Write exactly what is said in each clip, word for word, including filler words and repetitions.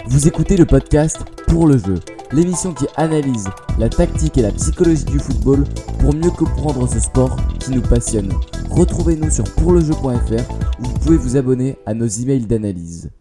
Vous écoutez le podcast Pour le jeu, l'émission qui analyse la tactique et la psychologie du football pour mieux comprendre ce sport qui nous passionne. Retrouvez-nous sur pourlejeu point f r où vous pouvez vous abonner à nos emails d'analyse.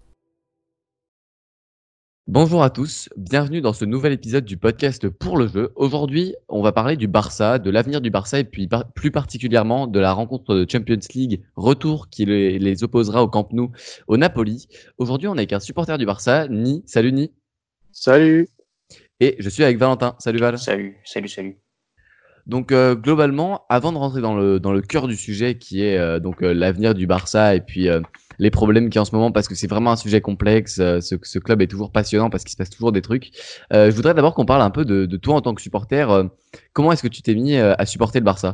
Bonjour à tous, bienvenue dans ce nouvel épisode du podcast Pour le jeu. Aujourd'hui, on va parler du Barça, de l'avenir du Barça et puis par- plus particulièrement de la rencontre de Champions League retour qui les, les opposera au Camp Nou au Napoli. Aujourd'hui, on est avec un supporter du Barça, Ni. Salut Ni. Salut. Et je suis avec Valentin. Salut Val. Salut, salut, salut. Donc euh, globalement, avant de rentrer dans le dans le cœur du sujet qui est euh, donc euh, l'avenir du Barça et puis euh, les problèmes qu'il y a en ce moment parce que c'est vraiment un sujet complexe, euh, ce, ce club est toujours passionnant parce qu'il se passe toujours des trucs. Euh, je voudrais d'abord qu'on parle un peu de, de toi en tant que supporter. Euh, comment est-ce que tu t'es mis euh, à supporter le Barça ?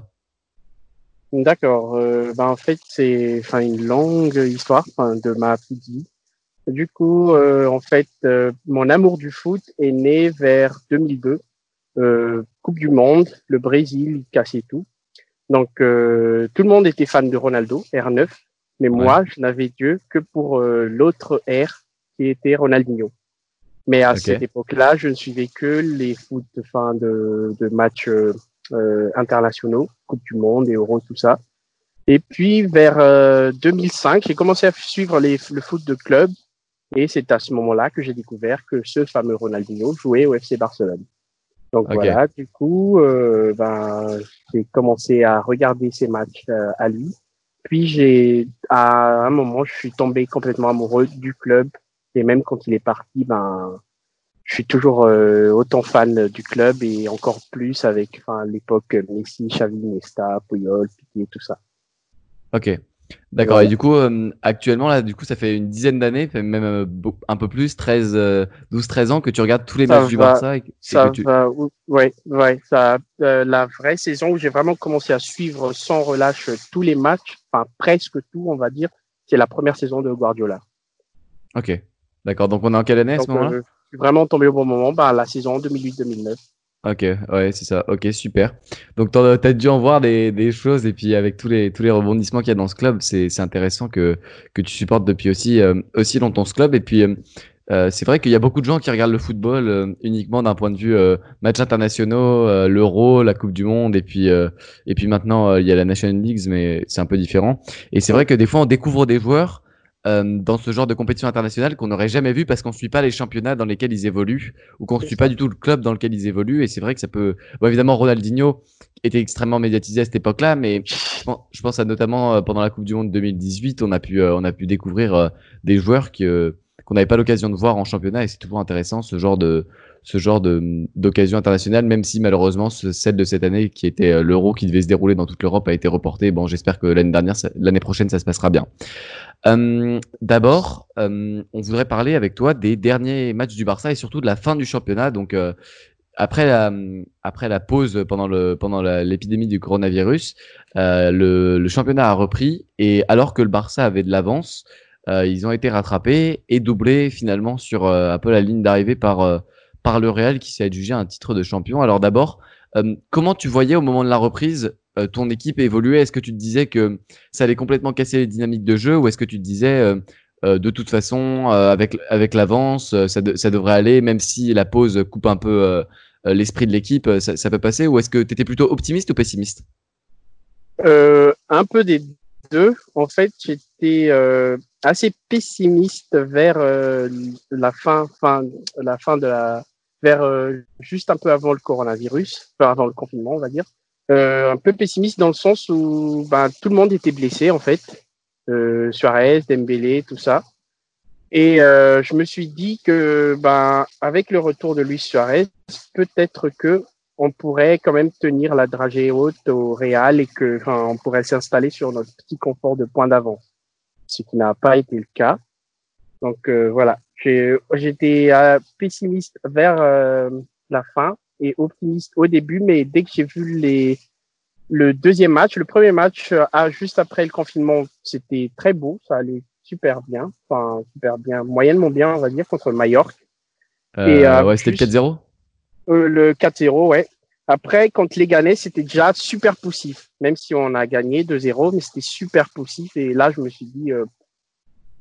D'accord. Euh, ben, en fait, c'est enfin une longue histoire de ma petite vie. Du coup, euh, en fait, euh, mon amour du foot est né vers deux mille deux. Euh, Coupe du Monde, le Brésil, il cassait tout. Donc, euh, tout le monde était fan de Ronaldo, R neuf. Mais moi, Ouais. je n'avais Dieu que pour euh, l'autre R qui était Ronaldinho. Mais à Ok. cette époque-là, je ne suivais que les foot fin de, de matchs euh, euh, internationaux, Coupe du Monde et Euro, tout ça. Et puis, vers euh, deux mille cinq, j'ai commencé à suivre les, le foot de club. Et c'est à ce moment-là que j'ai découvert que ce fameux Ronaldinho jouait au F C Barcelone. Donc Ok. voilà, du coup, euh, ben, j'ai commencé à regarder ces matchs euh, à lui. Puis j'ai, à un moment, je suis tombé complètement amoureux du club. Et même quand il est parti, ben, je suis toujours euh, autant fan du club et encore plus avec, enfin, l'époque Messi, Xavi, Iniesta, Puyol, Piqué, tout ça. Ok. D'accord. Voilà. Et du coup, euh, actuellement là, du coup, ça fait une dizaine d'années, fait même euh, beau- un peu plus, treize, euh, douze, treize ans que tu regardes tous les Ça matchs du va, Barça et, que- et que ça tu. va, ou- ouais, ouais, ça, euh, la vraie saison où j'ai vraiment commencé à suivre sans relâche tous les matchs, enfin presque tout, on va dire, c'est la première saison de Guardiola. Ok. D'accord. Donc on est en quelle année à ce Donc, moment-là ? euh, je suis vraiment tombé au bon moment, bah, la saison deux mille huit deux mille neuf. Ok, ouais, c'est ça. Ok, super. Donc, t'en as t'as dû en voir des, des choses et puis avec tous les, tous les rebondissements qu'il y a dans ce club, c'est, c'est intéressant que, que tu supportes depuis aussi, euh, aussi longtemps ce club. Et puis, euh, euh, c'est vrai qu'il y a beaucoup de gens qui regardent le football euh, uniquement d'un point de vue euh, matchs internationaux, euh, l'Euro, la Coupe du Monde et puis, euh, et puis maintenant, euh, il y a la National League, mais c'est un peu différent. Et c'est vrai que des fois, on découvre des joueurs euh, dans ce genre de compétition internationale qu'on n'aurait jamais vu parce qu'on ne suit pas les championnats dans lesquels ils évoluent ou qu'on ne C'est suit pas ça. du tout le club dans lequel ils évoluent. Et c'est vrai que ça peut. Bon, évidemment, Ronaldinho était extrêmement médiatisé à cette époque-là, mais je pense, je pense à notamment euh, pendant la Coupe du Monde deux mille dix-huit, on a pu, euh, on a pu découvrir euh, des joueurs qui, euh, qu'on n'avait pas l'occasion de voir en championnat. Et c'est toujours intéressant ce genre de, ce genre de, d'occasion internationale, même si malheureusement ce- celle de cette année, qui était euh, l'Euro qui devait se dérouler dans toute l'Europe, a été reportée. Bon, j'espère que l'année dernière, ça- l'année prochaine, ça se passera bien. Euh, d'abord, euh, on voudrait parler avec toi des derniers matchs du Barça et surtout de la fin du championnat. Donc, euh, après la, après la pause pendant le, pendant la- l'épidémie du coronavirus, euh, le, le championnat a repris et alors que le Barça avait de l'avance, euh, ils ont été rattrapés et doublés finalement sur euh, un peu la ligne d'arrivée par, euh, par le Real qui s'est adjugé un titre de champion. Alors d'abord, euh, comment tu voyais au moment de la reprise euh, ton équipe évoluer ? Est-ce que tu te disais que ça allait complètement casser les dynamiques de jeu ou est-ce que tu te disais euh, euh, de toute façon euh, avec, avec l'avance, euh, ça, de- ça devrait aller même si la pause coupe un peu euh, euh, l'esprit de l'équipe, euh, ça, ça peut passer ou est-ce que tu étais plutôt optimiste ou pessimiste ? Euh, un peu des deux. En fait, j'étais euh, assez pessimiste vers euh, la fin, fin, la fin de la, vers euh, juste un peu avant le coronavirus, enfin, avant le confinement, on va dire. Euh, un peu pessimiste dans le sens où ben, tout le monde était blessé en fait, euh, Suarez, Dembélé, tout ça. Et euh, je me suis dit que ben avec le retour de Luis Suarez, peut-être que on pourrait quand même tenir la dragée haute au Real et que enfin, on pourrait s'installer sur notre petit confort de point d'avance, ce qui n'a pas été le cas. Donc euh, voilà, j'ai, j'étais euh, pessimiste vers euh, la fin et optimiste au début, mais dès que j'ai vu les le deuxième match, le premier match, ah, juste après le confinement, c'était très beau, ça allait super bien, enfin super bien, moyennement bien, on va dire, contre Mallorca. Et euh, euh, Ouais, c'était le quatre juste zéro. euh, le quatre zéro, ouais. Après, quand les Ganais, c'était déjà super poussif, même si on a gagné deux zéro, mais c'était super poussif. Et là, je me suis dit, euh,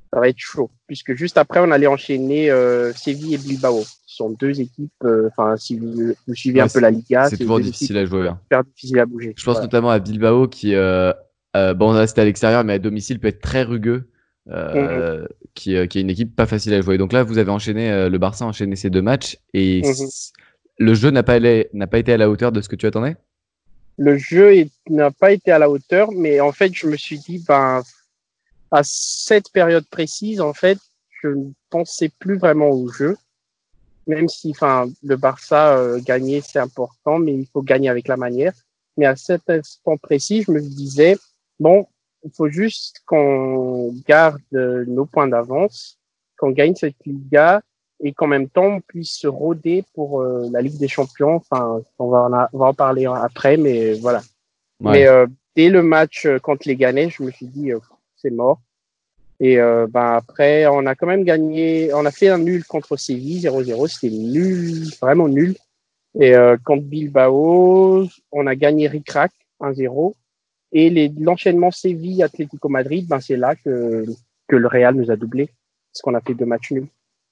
Ça va être chaud, puisque juste après, on allait enchaîner euh, Séville et Bilbao. Ce sont deux équipes, enfin, euh, si vous, vous suivez Ouais, un peu la Liga, c'est c'est toujours deux équipes difficile à jouer. Hein. super difficiles à bouger. Je pense Voilà. notamment à Bilbao qui, euh, euh, bon là c'était à l'extérieur, mais à domicile peut être très rugueux, Mhm, euh, qui, euh, qui est une équipe pas facile à jouer. Donc là, vous avez enchaîné, euh, le Barça a enchaîné ces deux matchs et mhm. c- le jeu n'a pas, allé- n'a pas été à la hauteur de ce que tu attendais? Le jeu est- n'a pas été à la hauteur, mais en fait, je me suis dit, ben, à cette période précise, en fait, je ne pensais plus vraiment au jeu. Même si, enfin, le Barça euh, gagner, c'est important, mais il faut gagner avec la manière. Mais à cet instant précis, je me disais, bon, il faut juste qu'on garde euh, nos points d'avance, qu'on gagne cette Liga et qu'en même temps, on puisse se rôder pour euh, la Ligue des Champions. Enfin, on va en, a- on va en parler après, mais voilà. Mais Ouais. euh, dès le match euh, contre les Ghanais, je me suis dit, euh, c'est mort. Et euh, ben après, on a quand même gagné, on a fait un nul contre Séville, zéro zéro, c'était nul, vraiment nul. Et euh, contre Bilbao, on a gagné ric-rac, un zéro. Et les, l'enchaînement Séville-Atlético Madrid, ben c'est là que, que le Real nous a doublé, parce qu'on a fait deux matchs nuls.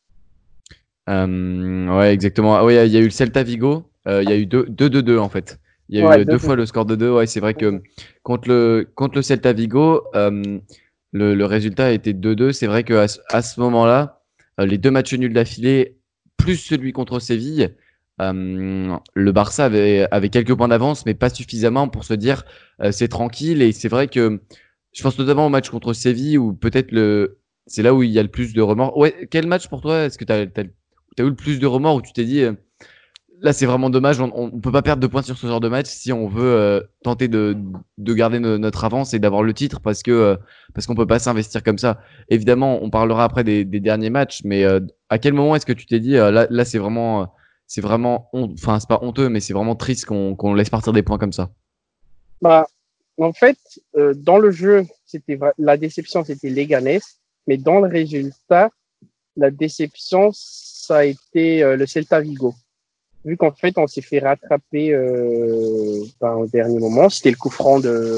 Euh, ouais, exactement. Ah ouais, il y a eu le Celta Vigo, euh, il y a eu deux deux deux en fait. Il y a eu Ouais, euh, deux deux deux. fois le score de deux. Ouais, c'est vrai que contre le, contre le Celta Vigo, euh, le, le résultat a été deux deux. C'est vrai qu'à ce, à ce moment-là, euh, les deux matchs nuls d'affilée, plus celui contre Séville, euh, le Barça avait, avait quelques points d'avance, mais pas suffisamment pour se dire euh, c'est tranquille. Et c'est vrai que je pense notamment au match contre Séville où peut-être le. C'est là où il y a le plus de remords. Ouais, quel match pour toi? Est-ce que tu as, t'as eu le plus de remords où tu t'es dit euh, là c'est vraiment dommage, on, on peut pas perdre de points sur ce genre de match si on veut euh, tenter de, de garder no- notre avance et d'avoir le titre parce que euh, parce qu'on peut pas s'investir comme ça. Évidemment, on parlera après des, des derniers matchs, mais euh, à quel moment est-ce que tu t'es dit euh, là, là c'est vraiment euh, c'est vraiment hon- enfin c'est pas honteux mais c'est vraiment triste qu'on qu'on laisse partir des points comme ça. Bah, en fait, euh, dans le jeu, c'était vra- la déception, c'était Leganés, mais dans le résultat, la déception, ça a été euh, le Celta Vigo. Vu qu'en fait, on s'est fait rattraper euh, ben, au dernier moment. C'était le coup franc de...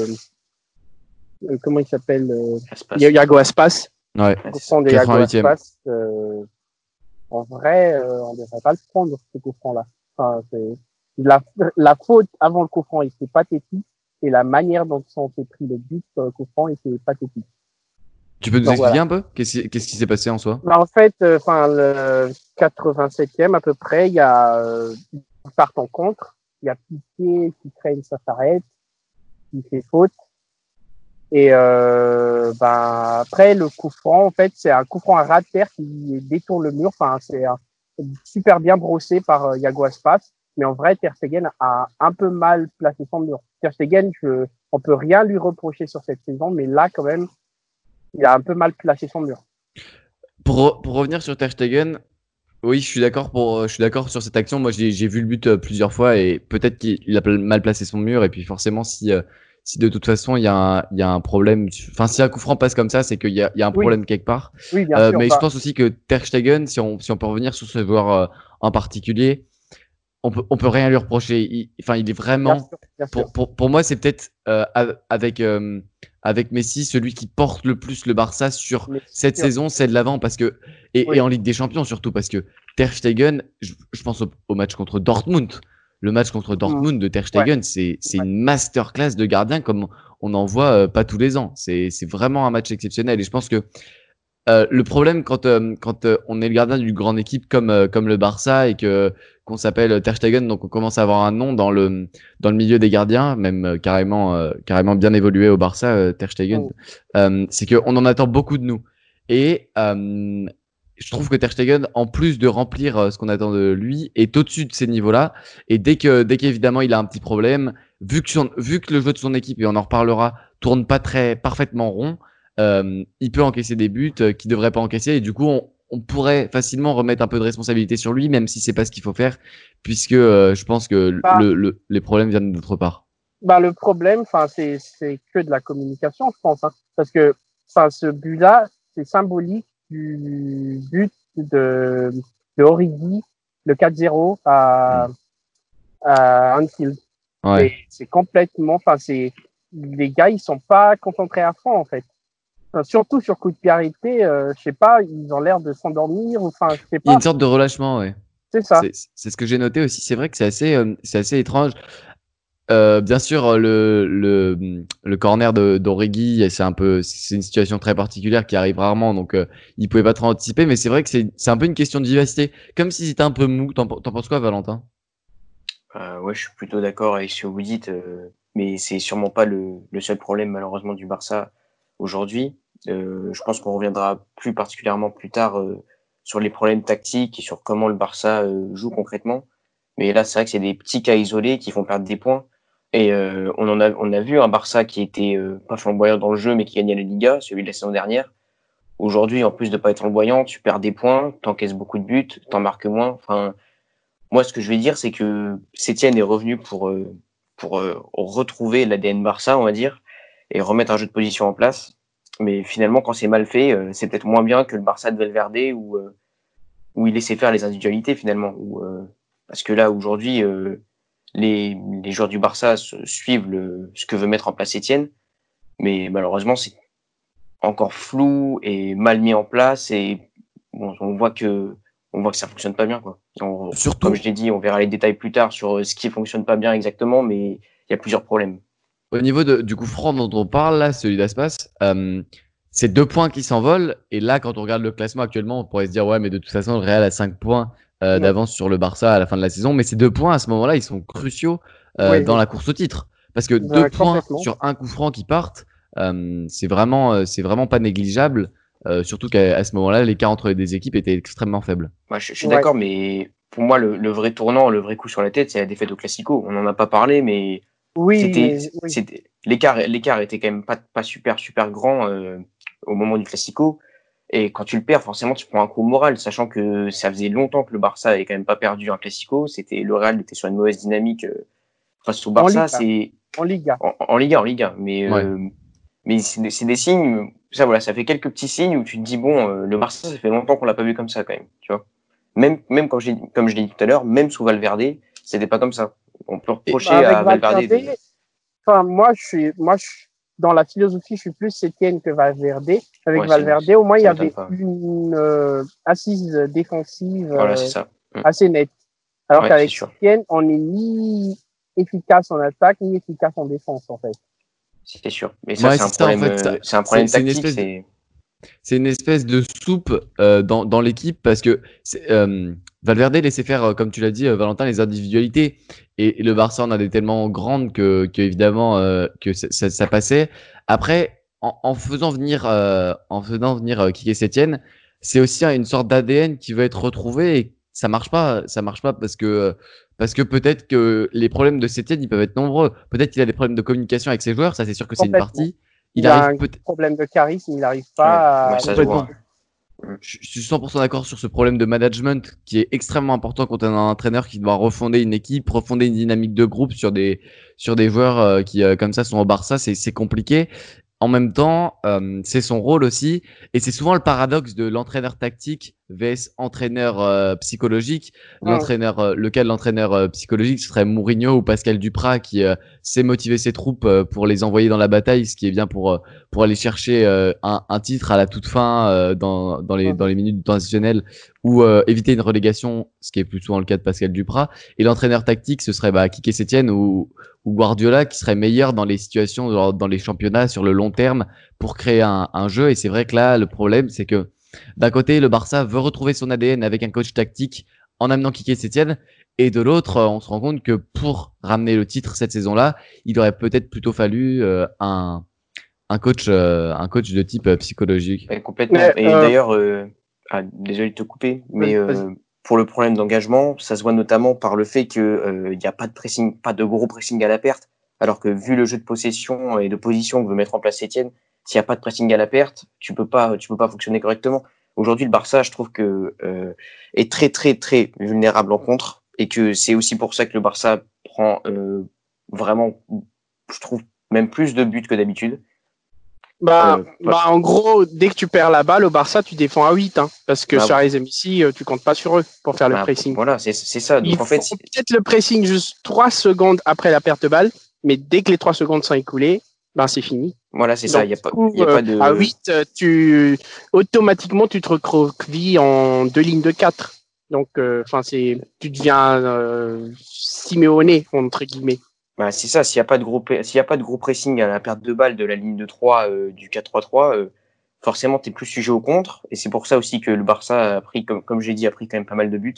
euh, comment il s'appelle euh, Espace. Yago Aspas. Ouais, Le coup franc de Yago quatre-vingt-huitième. Aspas. Euh, en vrai, euh, on ne devrait pas le prendre, ce coup franc-là. Enfin, c'est... La, la faute avant le coup franc était pathétique. Et la manière dont on s'est pris le but sur le coup franc était pathétique. Tu peux nous Donc expliquer voilà. un peu qu'est-ce qui, qu'est-ce qui s'est passé en soi? Ben, en fait, enfin, euh, le quatre-vingt-septième à peu près, il y a... Euh, ils partent en contre. Il y a Piqué qui traîne, ça s'arrête. Qui fait faute. Et euh, ben, après, le coup franc, en fait, c'est un coup franc à ras de terre qui détourne le mur. Enfin, c'est un, super bien brossé par euh, Yago Aspas. Mais en vrai, Ter Stegen a un peu mal placé son mur. Ter Stegen, je, on peut rien lui reprocher sur cette saison, mais là, quand même, il a un peu mal placé son mur. Pour, re- pour revenir sur Ter Stegen, oui, je suis d'accord pour, je suis d'accord sur cette action. Moi, j'ai, j'ai vu le but euh, plusieurs fois et peut-être qu'il il a pl- mal placé son mur. Et puis forcément, si, euh, si de toute façon il y a un, il y a un problème, enfin si un coup franc passe comme ça, c'est qu'il y a, il y a un Oui, problème quelque part. oui, bien Euh, sûr. mais je Bah, pense aussi que Ter Stegen, si on, si on peut revenir sur ce joueur euh, en particulier, on peut, on peut rien lui reprocher. Il, enfin, il est bien vraiment, sûr, bien sûr. pour, pour, pour moi, c'est peut-être euh, av- avec, euh, avec Messi, celui qui porte le plus le Barça sur Mais cette sûr, saison, celle de l'avant, parce que, et, et oui, en Ligue des Champions surtout, parce que Ter Stegen, je, je pense au, au match contre Dortmund. Le match contre mm, Dortmund de Ter ouais, Stegen, c'est, c'est ouais. une masterclass de gardien comme on n'en voit euh, pas tous les ans. C'est, c'est vraiment un match exceptionnel. Et je pense que euh, le problème quand, euh, quand euh, on est le gardien d'une grande équipe comme, euh, comme le Barça et que qu'on s'appelle Ter Stegen, donc on commence à avoir un nom dans le, dans le milieu des gardiens, même euh, carrément, euh, carrément bien évolué au Barça, euh, Ter Stegen, Mm. euh, c'est qu'on en attend beaucoup de nous. Et euh, je trouve que Ter Stegen, en plus de remplir euh, ce qu'on attend de lui, est au-dessus de ces niveaux-là. Et dès que, dès qu'évidemment il a un petit problème, vu que, son, vu que le jeu de son équipe, et on en reparlera, tourne pas très parfaitement rond, euh, il peut encaisser des buts euh, qu'il devrait pas encaisser et du coup on, on pourrait facilement remettre un peu de responsabilité sur lui même si c'est pas ce qu'il faut faire puisque euh, je pense que Bah, le, le, les problèmes viennent d'autre part. bah, le problème, enfin, c'est, c'est que de la communication, je pense, hein, parce que, enfin, ce but-là, c'est symbolique du but de, de Origi, le quatre zéro à, Mm. à Anfield. Ouais. C'est, c'est complètement, enfin, c'est, les gars, ils sont pas concentrés à fond, en fait. Enfin, surtout sur coup de pied arrêté, euh, je sais pas, ils ont l'air de s'endormir, ou enfin, je sais Il y a pas. une sorte de relâchement, ouais. C'est ça. C'est c'est ce que j'ai noté aussi. C'est vrai que c'est assez, euh, c'est assez étrange. Euh, bien sûr, le, le, le corner de d'Origi, c'est un peu, c'est une situation très particulière qui arrive rarement, donc euh, il pouvait pas trop anticiper. Mais c'est vrai que c'est, c'est un peu une question de vivacité, comme si c'était un peu mou. T'en, t'en penses quoi, Valentin? Euh, ouais, je suis plutôt d'accord avec ce que vous dites, euh, mais c'est sûrement pas le, le seul problème malheureusement du Barça aujourd'hui. Euh, je pense qu'on reviendra plus particulièrement plus tard euh, sur les problèmes tactiques et sur comment le Barça euh, joue concrètement. Mais là, c'est vrai que c'est des petits cas isolés qui font perdre des points. Et euh, on en a, on a vu un Barça qui était euh, pas flamboyant dans le jeu, mais qui gagnait la Liga, celui de la saison dernière. Aujourd'hui, en plus de pas être flamboyant, tu perds des points, t'encaisses beaucoup de buts, t'en marques moins. Enfin, moi, ce que je vais dire, c'est que Sétienne est revenu pour euh, pour euh, retrouver l'A D N Barça, on va dire, et remettre un jeu de position en place. Mais finalement, quand c'est mal fait, euh, c'est peut-être moins bien que le Barça de Valverde où euh, où il laissait faire les individualités finalement. Où, euh, parce que là, aujourd'hui, euh, les les joueurs du Barça suivent le ce que veut mettre en place Sétienne, mais malheureusement, c'est encore flou et mal mis en place et bon, on voit que on voit que ça fonctionne pas bien quoi. On, Surtout, comme je l'ai dit, on verra les détails plus tard sur ce qui fonctionne pas bien exactement, mais il y a plusieurs problèmes. au niveau de, du coup franc dont on parle là, celui d'Aspas, euh, c'est deux points qui s'envolent. Et là, quand on regarde le classement actuellement, on pourrait se dire ouais, mais de toute façon, le Real a cinq points euh, Ouais. d'avance sur le Barça à la fin de la saison. Mais ces deux points à ce moment-là, ils sont cruciaux euh, Oui, dans oui. la course au titre, parce que Bah, deux points complètement. sur un coup franc qui partent, euh, c'est vraiment, euh, c'est vraiment pas négligeable. Euh, surtout qu'à à ce moment-là, l'écart entre les deux équipes était extrêmement faible. Moi, je, je suis Ouais. d'accord, mais pour moi, le, le vrai tournant, le vrai coup sur la tête, c'est la défaite au Classico. On n'en a pas parlé, mais Oui, c'était, mais oui. c'était l'écart, l'écart était quand même pas, pas super, super grand euh, au moment du Classico. Et quand tu le perds, forcément, tu prends un coup moral, sachant que ça faisait longtemps que le Barça avait quand même pas perdu un Classico. C'était le Real était sur une mauvaise dynamique euh, face au En Barça. Liga. C'est En Liga. en, en Liga, en Liga. Mais Ouais. euh, mais c'est des, c'est des signes. Ça, voilà, ça fait quelques petits signes où tu te dis bon, euh, le Barça, ça fait longtemps qu'on l'a pas vu comme ça quand même, tu vois. Même, même comme j'ai, comme je l'ai dit tout à l'heure, même sous Valverde, c'était pas comme ça. On peut Bah, reprocher avec à Valverde. Valverde, de- enfin, moi, je suis, moi, je, dans la philosophie, je suis plus Sétienne que Valverde. Avec Ouais, ça Valverde, me- au moins, il y ça m'étonne avait pas. une euh, assise défensive Voilà, c'est euh, ça. Mm. assez nette. Alors Ouais, c'est qu'avec sûr. Sétienne, on n'est ni efficace en attaque, ni efficace en défense, en fait. C'était sûr. Mais ça, Ouais, c'est un c'est ça en problème, fait. euh, Ça, c'est un c'est problème c'est une tactique. espèce de, C'est, c'est une espèce de soupe euh, dans, dans l'équipe parce que c'est, euh, Valverde laissait faire, euh, comme tu l'as dit, euh, Valentin, les individualités. Et, et le Barça en a des tellement grandes que, que évidemment, euh, que ça, ça, ça passait. Après, en, en faisant venir, euh, en faisant venir euh, Quique Sétienne, c'est aussi une sorte d'A D N qui veut être retrouvé et ça marche pas. Ça marche pas parce que, parce que peut-être que les problèmes de Sétienne, ils peuvent être nombreux. Peut-être qu'il a des problèmes de communication avec ses joueurs. Ça, c'est sûr que c'est une Complètement. partie. Il Il a arrive un peut-être. problème de charisme, il n'arrive ouais, pas ouais, à. ça se voit. Complètement. Je je suis cent pour cent d'accord sur ce problème de management qui est extrêmement important quand on a un entraîneur qui doit refonder une équipe, refonder une dynamique de groupe sur des, sur des joueurs euh, qui, euh, comme ça, sont au Barça. C'est, c'est compliqué. En même temps, euh, c'est son rôle aussi. Et c'est souvent le paradoxe de l'entraîneur tactique vs entraîneur euh, psychologique. Hum, L'entraîneur, euh, lequel l'entraîneur euh, psychologique ce serait Mourinho ou Pascal Duprat qui euh, sait motiver ses troupes euh, pour les envoyer dans la bataille, ce qui est bien pour, euh, pour aller chercher euh, un, un titre à la toute fin euh, dans, dans, les, hum. dans les minutes transitionnelles ou euh, éviter une relégation, ce qui est plus souvent le cas de Pascal Duprat. Et l'entraîneur tactique, ce serait bah, Quique Sétienne ou, ou Guardiola qui serait meilleur dans les situations, dans, dans les championnats sur le long terme pour créer un, un jeu. Et c'est vrai que là, le problème, c'est que d'un côté, le Barça veut retrouver son A D N avec un coach tactique en amenant Quique Sétienne. Et de l'autre, on se rend compte que pour ramener le titre cette saison-là, il aurait peut-être plutôt fallu euh, un, un coach, euh, un coach de type euh, psychologique. Ouais, complètement. Mais, Et euh, d'ailleurs, euh, ah, désolé de te couper, mais Vas-y, vas-y. euh, pour le problème d'engagement, ça se voit notamment par le fait que euh, il n'y a pas de pressing, pas de gros pressing à la perte, alors que vu le jeu de possession et de position que veut mettre en place Etienne, s'il n'y a pas de pressing à la perte, tu peux pas, tu peux pas fonctionner correctement. Aujourd'hui, le Barça, je trouve que euh, est très très très vulnérable en contre, et que c'est aussi pour ça que le Barça prend euh, vraiment, je trouve même plus de buts que d'habitude. Bah, Euh, bah, en gros, dès que tu perds la balle au Barça, tu défends à huit, hein, parce que Bah, sur les M C, tu comptes pas sur eux pour faire le bah, pressing. Voilà, c'est c'est ça. Donc Ils en fait, font si- peut-être le pressing juste trois secondes après la perte de balle, mais dès que les trois secondes sont écoulées, ben c'est fini. Voilà, c'est ça. Il Donc, n'y a du pas, coup, il y a euh, pas de. à huit, tu automatiquement tu te recroquevilles en deux lignes de quatre. Donc, enfin, c'est tu deviens euh, Simeone entre guillemets. Bah, c'est ça. S'il n'y a pas de gros, s'il y a pas de gros pressing à la perte de balle de la ligne de trois euh, du quatre trois trois, euh, forcément, tu es plus sujet au contre. Et c'est pour ça aussi que le Barça a pris, comme, comme j'ai dit, a pris quand même pas mal de buts.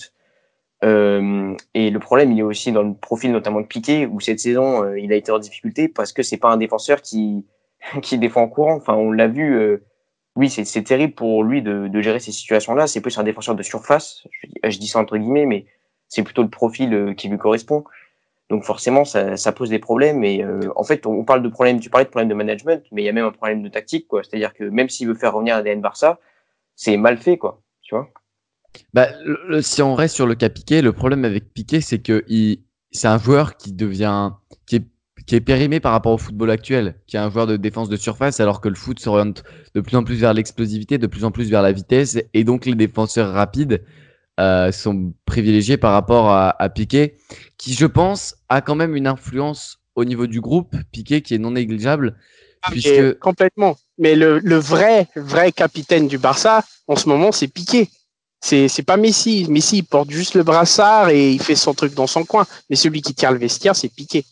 Euh, et le problème, il est aussi dans le profil notamment de Piqué, où cette saison, euh, il a été en difficulté parce que c'est pas un défenseur qui qui défend en courant. Enfin, on l'a vu. Euh, oui, c'est c'est terrible pour lui de, de gérer ces situations-là. C'est plus un défenseur de surface. Je, je dis ça entre guillemets, mais c'est plutôt le profil euh, qui lui correspond. Donc forcément, ça, ça pose des problèmes. Et euh, en fait, on parle de problèmes. Tu parlais de problèmes de management, mais il y a même un problème de tactique, quoi. C'est-à-dire que même s'il veut faire revenir A D N Barça, c'est mal fait, quoi. Tu vois. Bah, le- le- si on reste sur le cas Piqué, le problème avec Piqué, c'est que il, c'est un joueur qui devient, qui est, qui est périmé par rapport au football actuel, qui est un joueur de défense de surface, alors que le foot s'oriente de plus en plus vers l'explosivité, de plus en plus vers la vitesse, et donc les défenseurs rapides euh, sont privilégiés par rapport à, à Piqué, qui, je pense, a quand même une influence au niveau du groupe, Piqué, qui est non négligeable, puisque Et complètement. Mais le, le vrai vrai capitaine du Barça en ce moment, c'est Piqué. C'est c'est pas Messi. Messi il porte juste le brassard et il fait son truc dans son coin. Mais celui qui tient le vestiaire, c'est Piqué.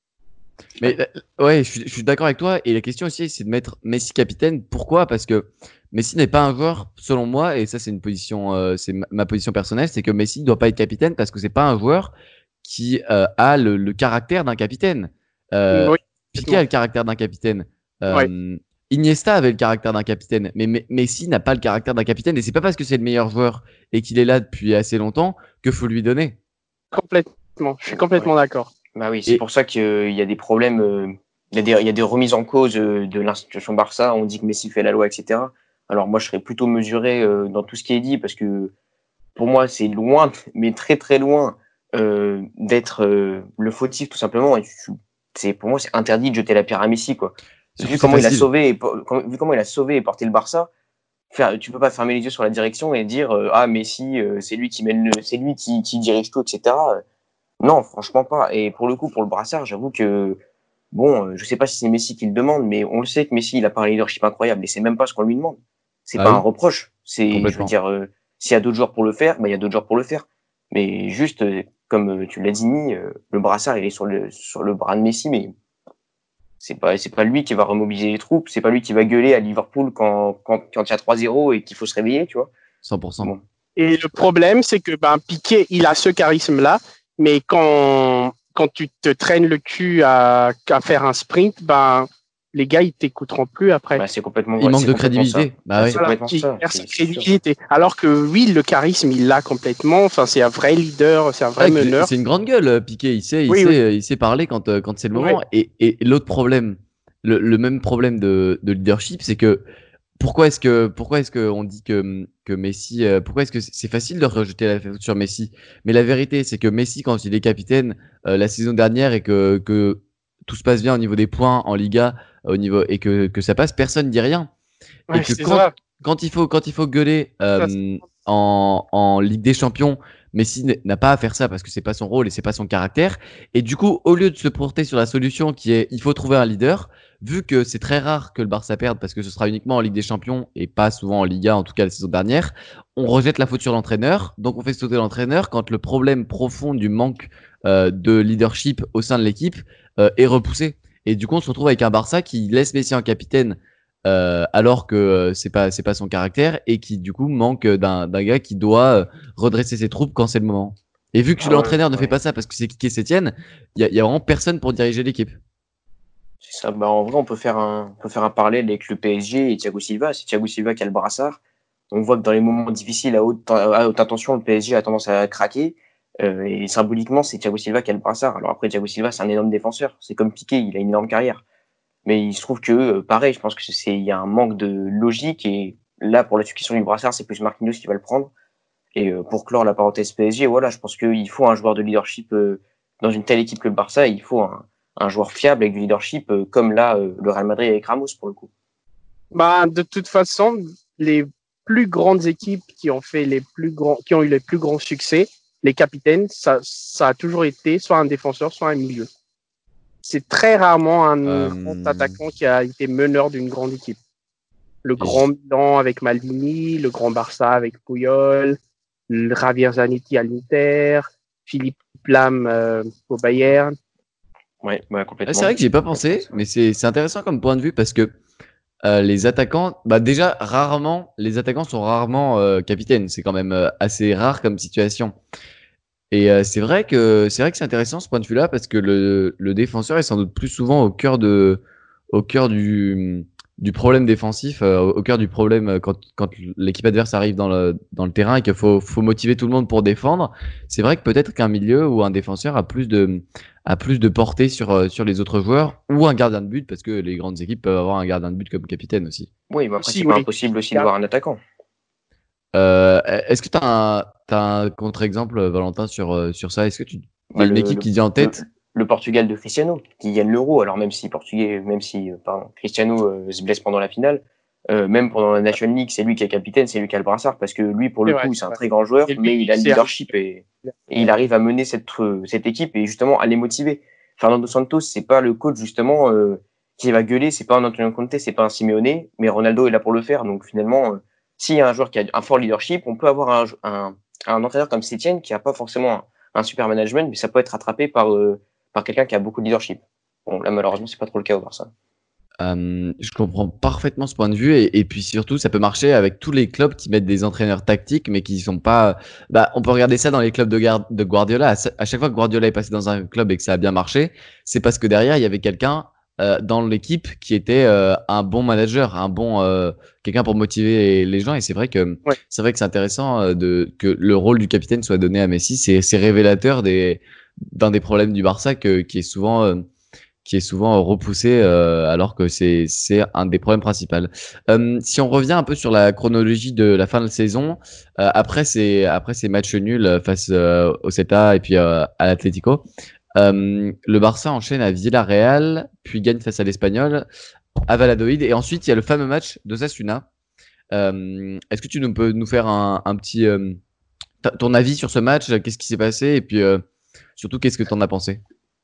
Mais euh, ouais, je suis, je suis d'accord avec toi. Et la question aussi, c'est de mettre Messi capitaine. Pourquoi? Parce que Messi n'est pas un joueur, selon moi, et ça c'est une position, euh, c'est ma, ma position personnelle, c'est que Messi ne doit pas être capitaine parce que c'est pas un joueur qui euh, a le, le caractère d'un capitaine. Euh, Oui. Piqué a le caractère d'un capitaine. Ouais. Euh, Iniesta avait le caractère d'un capitaine, mais Me- Messi n'a pas le caractère d'un capitaine. Et c'est pas parce que c'est le meilleur joueur et qu'il est là depuis assez longtemps que faut lui donner. Complètement. Je suis complètement Ouais. d'accord. Bah oui, c'est Et pour ça qu'il y a des problèmes, euh, il y a des, il y a des remises en cause euh, de l'institution Barça. On dit que Messi fait la loi, et cetera. Alors moi, je serais plutôt mesuré euh, dans tout ce qui est dit parce que pour moi, c'est loin, mais très très loin euh, d'être euh, le fautif tout simplement. Et je- c'est pour moi, c'est interdit de jeter la pierre à Messi, quoi. surtout Vu c'est comment il a facile. sauvé, et po- com- vu comment il a sauvé et porté le Barça, faire, tu peux pas fermer les yeux sur la direction et dire euh, ah Messi, euh, c'est lui qui mène, le, c'est lui qui, qui dirige tout, et cetera. Non, franchement pas. Et pour le coup, pour le brassard, j'avoue que bon, euh, je sais pas si c'est Messi qui le demande, mais on le sait que Messi, il a pas un leadership incroyable, et c'est même pas ce qu'on lui demande. C'est Ah pas un oui, reproche. C'est, je veux complètement. dire, euh, s'il y a d'autres joueurs pour le faire, bah il y a d'autres joueurs pour le faire. Mais juste, euh, comme euh, tu l'as dit, Ni, euh, le brassard, il est sur le sur le bras de Messi, mais c'est pas c'est pas lui qui va remobiliser les troupes, c'est pas lui qui va gueuler à Liverpool quand quand quand il y a trois zéro et qu'il faut se réveiller, tu vois. cent pour cent. Bon, Et le problème, c'est que ben, Piqué, il a ce charisme-là, mais quand, quand tu te traînes le cul à, à faire un sprint, ben, les gars, ils t'écouteront plus après. bah c'est complètement Il manque c'est de complètement ça. crédibilité. Bah Bah, oui. c'est Voilà, complètement qui ça, perd c'est sa c'est sûr. crédibilité. Alors que oui, le charisme, il l'a complètement. Enfin, c'est un vrai leader, c'est un vrai Ouais, puis meneur. c'est une grande gueule, euh, Piqué. Il sait, il Oui, sait, oui. euh, il sait parler quand, euh, quand c'est le Oui. moment. Et, et l'autre problème, le, le même problème de, de leadership, c'est que pourquoi est-ce que pourquoi est-ce que on dit que que Messi, euh, pourquoi est-ce que c'est c'est facile de rejeter la faute sur Messi? Mais la vérité, c'est que Messi, quand il est capitaine euh, la saison dernière et que que tout se passe bien au niveau des points en Liga, au niveau et que que ça passe, personne dit rien. Et Ouais, que c'est quand, ça. quand il faut, quand il faut gueuler Ça, euh, en, en Ligue des Champions, Messi n- n'a pas à faire ça parce que c'est pas son rôle et c'est pas son caractère. Et du coup, au lieu de se porter sur la solution qui est il faut trouver un leader, vu que c'est très rare que le Barça perde parce que ce sera uniquement en Ligue des Champions et pas souvent en Liga, en tout cas la saison dernière, on rejette la faute sur l'entraîneur. Donc on fait sauter l'entraîneur quand le problème profond du manque euh, de leadership au sein de l'équipe euh, est repoussé. Et du coup, on se retrouve avec un Barça qui laisse Messi en capitaine euh, alors que euh, c'est pas c'est pas son caractère et qui du coup manque d'un d'un gars qui doit euh, redresser ses troupes quand c'est le moment. Et vu que Ah ouais, l'entraîneur ne fait ouais. pas ça parce que c'est Quique Sétienne, il y a, y a vraiment personne pour diriger l'équipe. C'est ça. Bah, en vrai, on peut faire un, on peut faire un parallèle avec le P S G et Thiago Silva. C'est Thiago Silva qui a le brassard. On voit que dans les moments difficiles à haute, à haute intention, le P S G a tendance à craquer. Euh, et symboliquement, c'est Thiago Silva qui a le brassard. Alors après, Thiago Silva, c'est un énorme défenseur. C'est comme Piqué, il a une énorme carrière. Mais il se trouve que, euh, pareil, je pense que c'est, il y a un manque de logique. Et là, pour la question du brassard, c'est plus Marquinhos qui va le prendre. Et euh, pour clore la parenthèse P S G, voilà, je pense qu'il faut un joueur de leadership euh, dans une telle équipe que le Barça. Il faut un, un joueur fiable avec du leadership, euh, comme là euh, le Real Madrid avec Ramos pour le coup. Bah, de toute façon, les plus grandes équipes qui ont fait les plus grands, qui ont eu les plus grands succès, les capitaines, ça, ça a toujours été soit un défenseur, soit un milieu. c'est très rarement un Euh, grand attaquant qui a été meneur d'une grande équipe. Le grand Milan avec Maldini, le grand Barça avec Puyol, le Javier Zanetti à l'Inter, Philippe Lahm euh, au Bayern. Ouais, ouais, Ah, complètement. c'est vrai que j'y ai pas pensé, mais c'est c'est intéressant comme point de vue parce que euh, les attaquants, bah déjà rarement, les attaquants sont rarement euh, capitaines. C'est quand même euh, assez rare comme situation. Et euh, c'est vrai que c'est vrai que c'est intéressant ce point de vue-là parce que le, le défenseur est sans doute plus souvent au cœur de au cœur du du problème défensif, euh, au cœur du problème euh, quand quand l'équipe adverse arrive dans le dans le terrain et qu'il faut faut motiver tout le monde pour défendre. C'est vrai que peut-être qu'un milieu ou un défenseur a plus de a plus de portée sur euh, sur les autres joueurs ou un gardien de but parce que les grandes équipes peuvent avoir un gardien de but comme capitaine aussi. Oui, mais après, Aussi, c'est pas oui. impossible aussi de voir un attaquant. Euh, est-ce que tu as un, t'as un contre-exemple, Valentin, sur, euh, sur ça? Est-ce que tu il y Bah, a une le, équipe le, qui te vient en le, tête? le Portugal de Cristiano, qui gagne l'Euro. Alors, même si Portugais, même si, euh, pardon, Cristiano euh, se blesse pendant la finale, euh, même pendant la Nation League, c'est lui qui est capitaine, c'est lui qui a le brassard, parce que lui, pour C'est le vrai, coup, c'est c'est un vrai. très grand joueur, Et lui, mais il a le c'est un- leadership et, et il arrive à mener cette, euh, cette équipe et justement à les motiver. Fernando Santos, c'est pas le coach, justement, euh, qui va gueuler, c'est pas un Antonio Conte, c'est pas un Simeone, mais Ronaldo est là pour le faire. Donc, finalement, euh, s'il y a un joueur qui a un fort leadership, on peut avoir un, un, un entraîneur comme Setien qui a pas forcément un, un super management, mais ça peut être rattrapé par, euh, par quelqu'un qui a beaucoup de leadership. Bon, là, malheureusement, c'est pas trop le cas au Barça. Euh, je comprends parfaitement ce point de vue et, et puis surtout ça peut marcher avec tous les clubs qui mettent des entraîneurs tactiques mais qui sont pas bah on peut regarder ça dans les clubs de, Gar- de Guardiola à, sa- à chaque fois que Guardiola est passé dans un club et que ça a bien marché c'est parce que derrière il y avait quelqu'un euh, dans l'équipe qui était euh, un bon manager un bon euh, quelqu'un pour motiver les, les gens et c'est vrai que Ouais. c'est vrai que c'est intéressant euh, de que le rôle du capitaine soit donné à Messi c'est c'est révélateur des d'un des problèmes du Barça que, qui est souvent euh, qui est souvent repoussé euh, alors que c'est c'est un des problèmes principaux. Euh, si on revient un peu sur la chronologie de la fin de saison, euh, après ces après ces matchs nuls face euh, au Celta et puis euh, à l'Atlético, euh, le Barça enchaîne à Villarreal, puis gagne face à l'Espagnol, à Valladolid et ensuite il y a le fameux match d'Osasuna. Euh, Est-ce que tu nous peux nous faire un, un petit euh, ton avis sur ce match? Qu'est-ce qui s'est passé et puis euh, surtout qu'est-ce que tu en as pensé?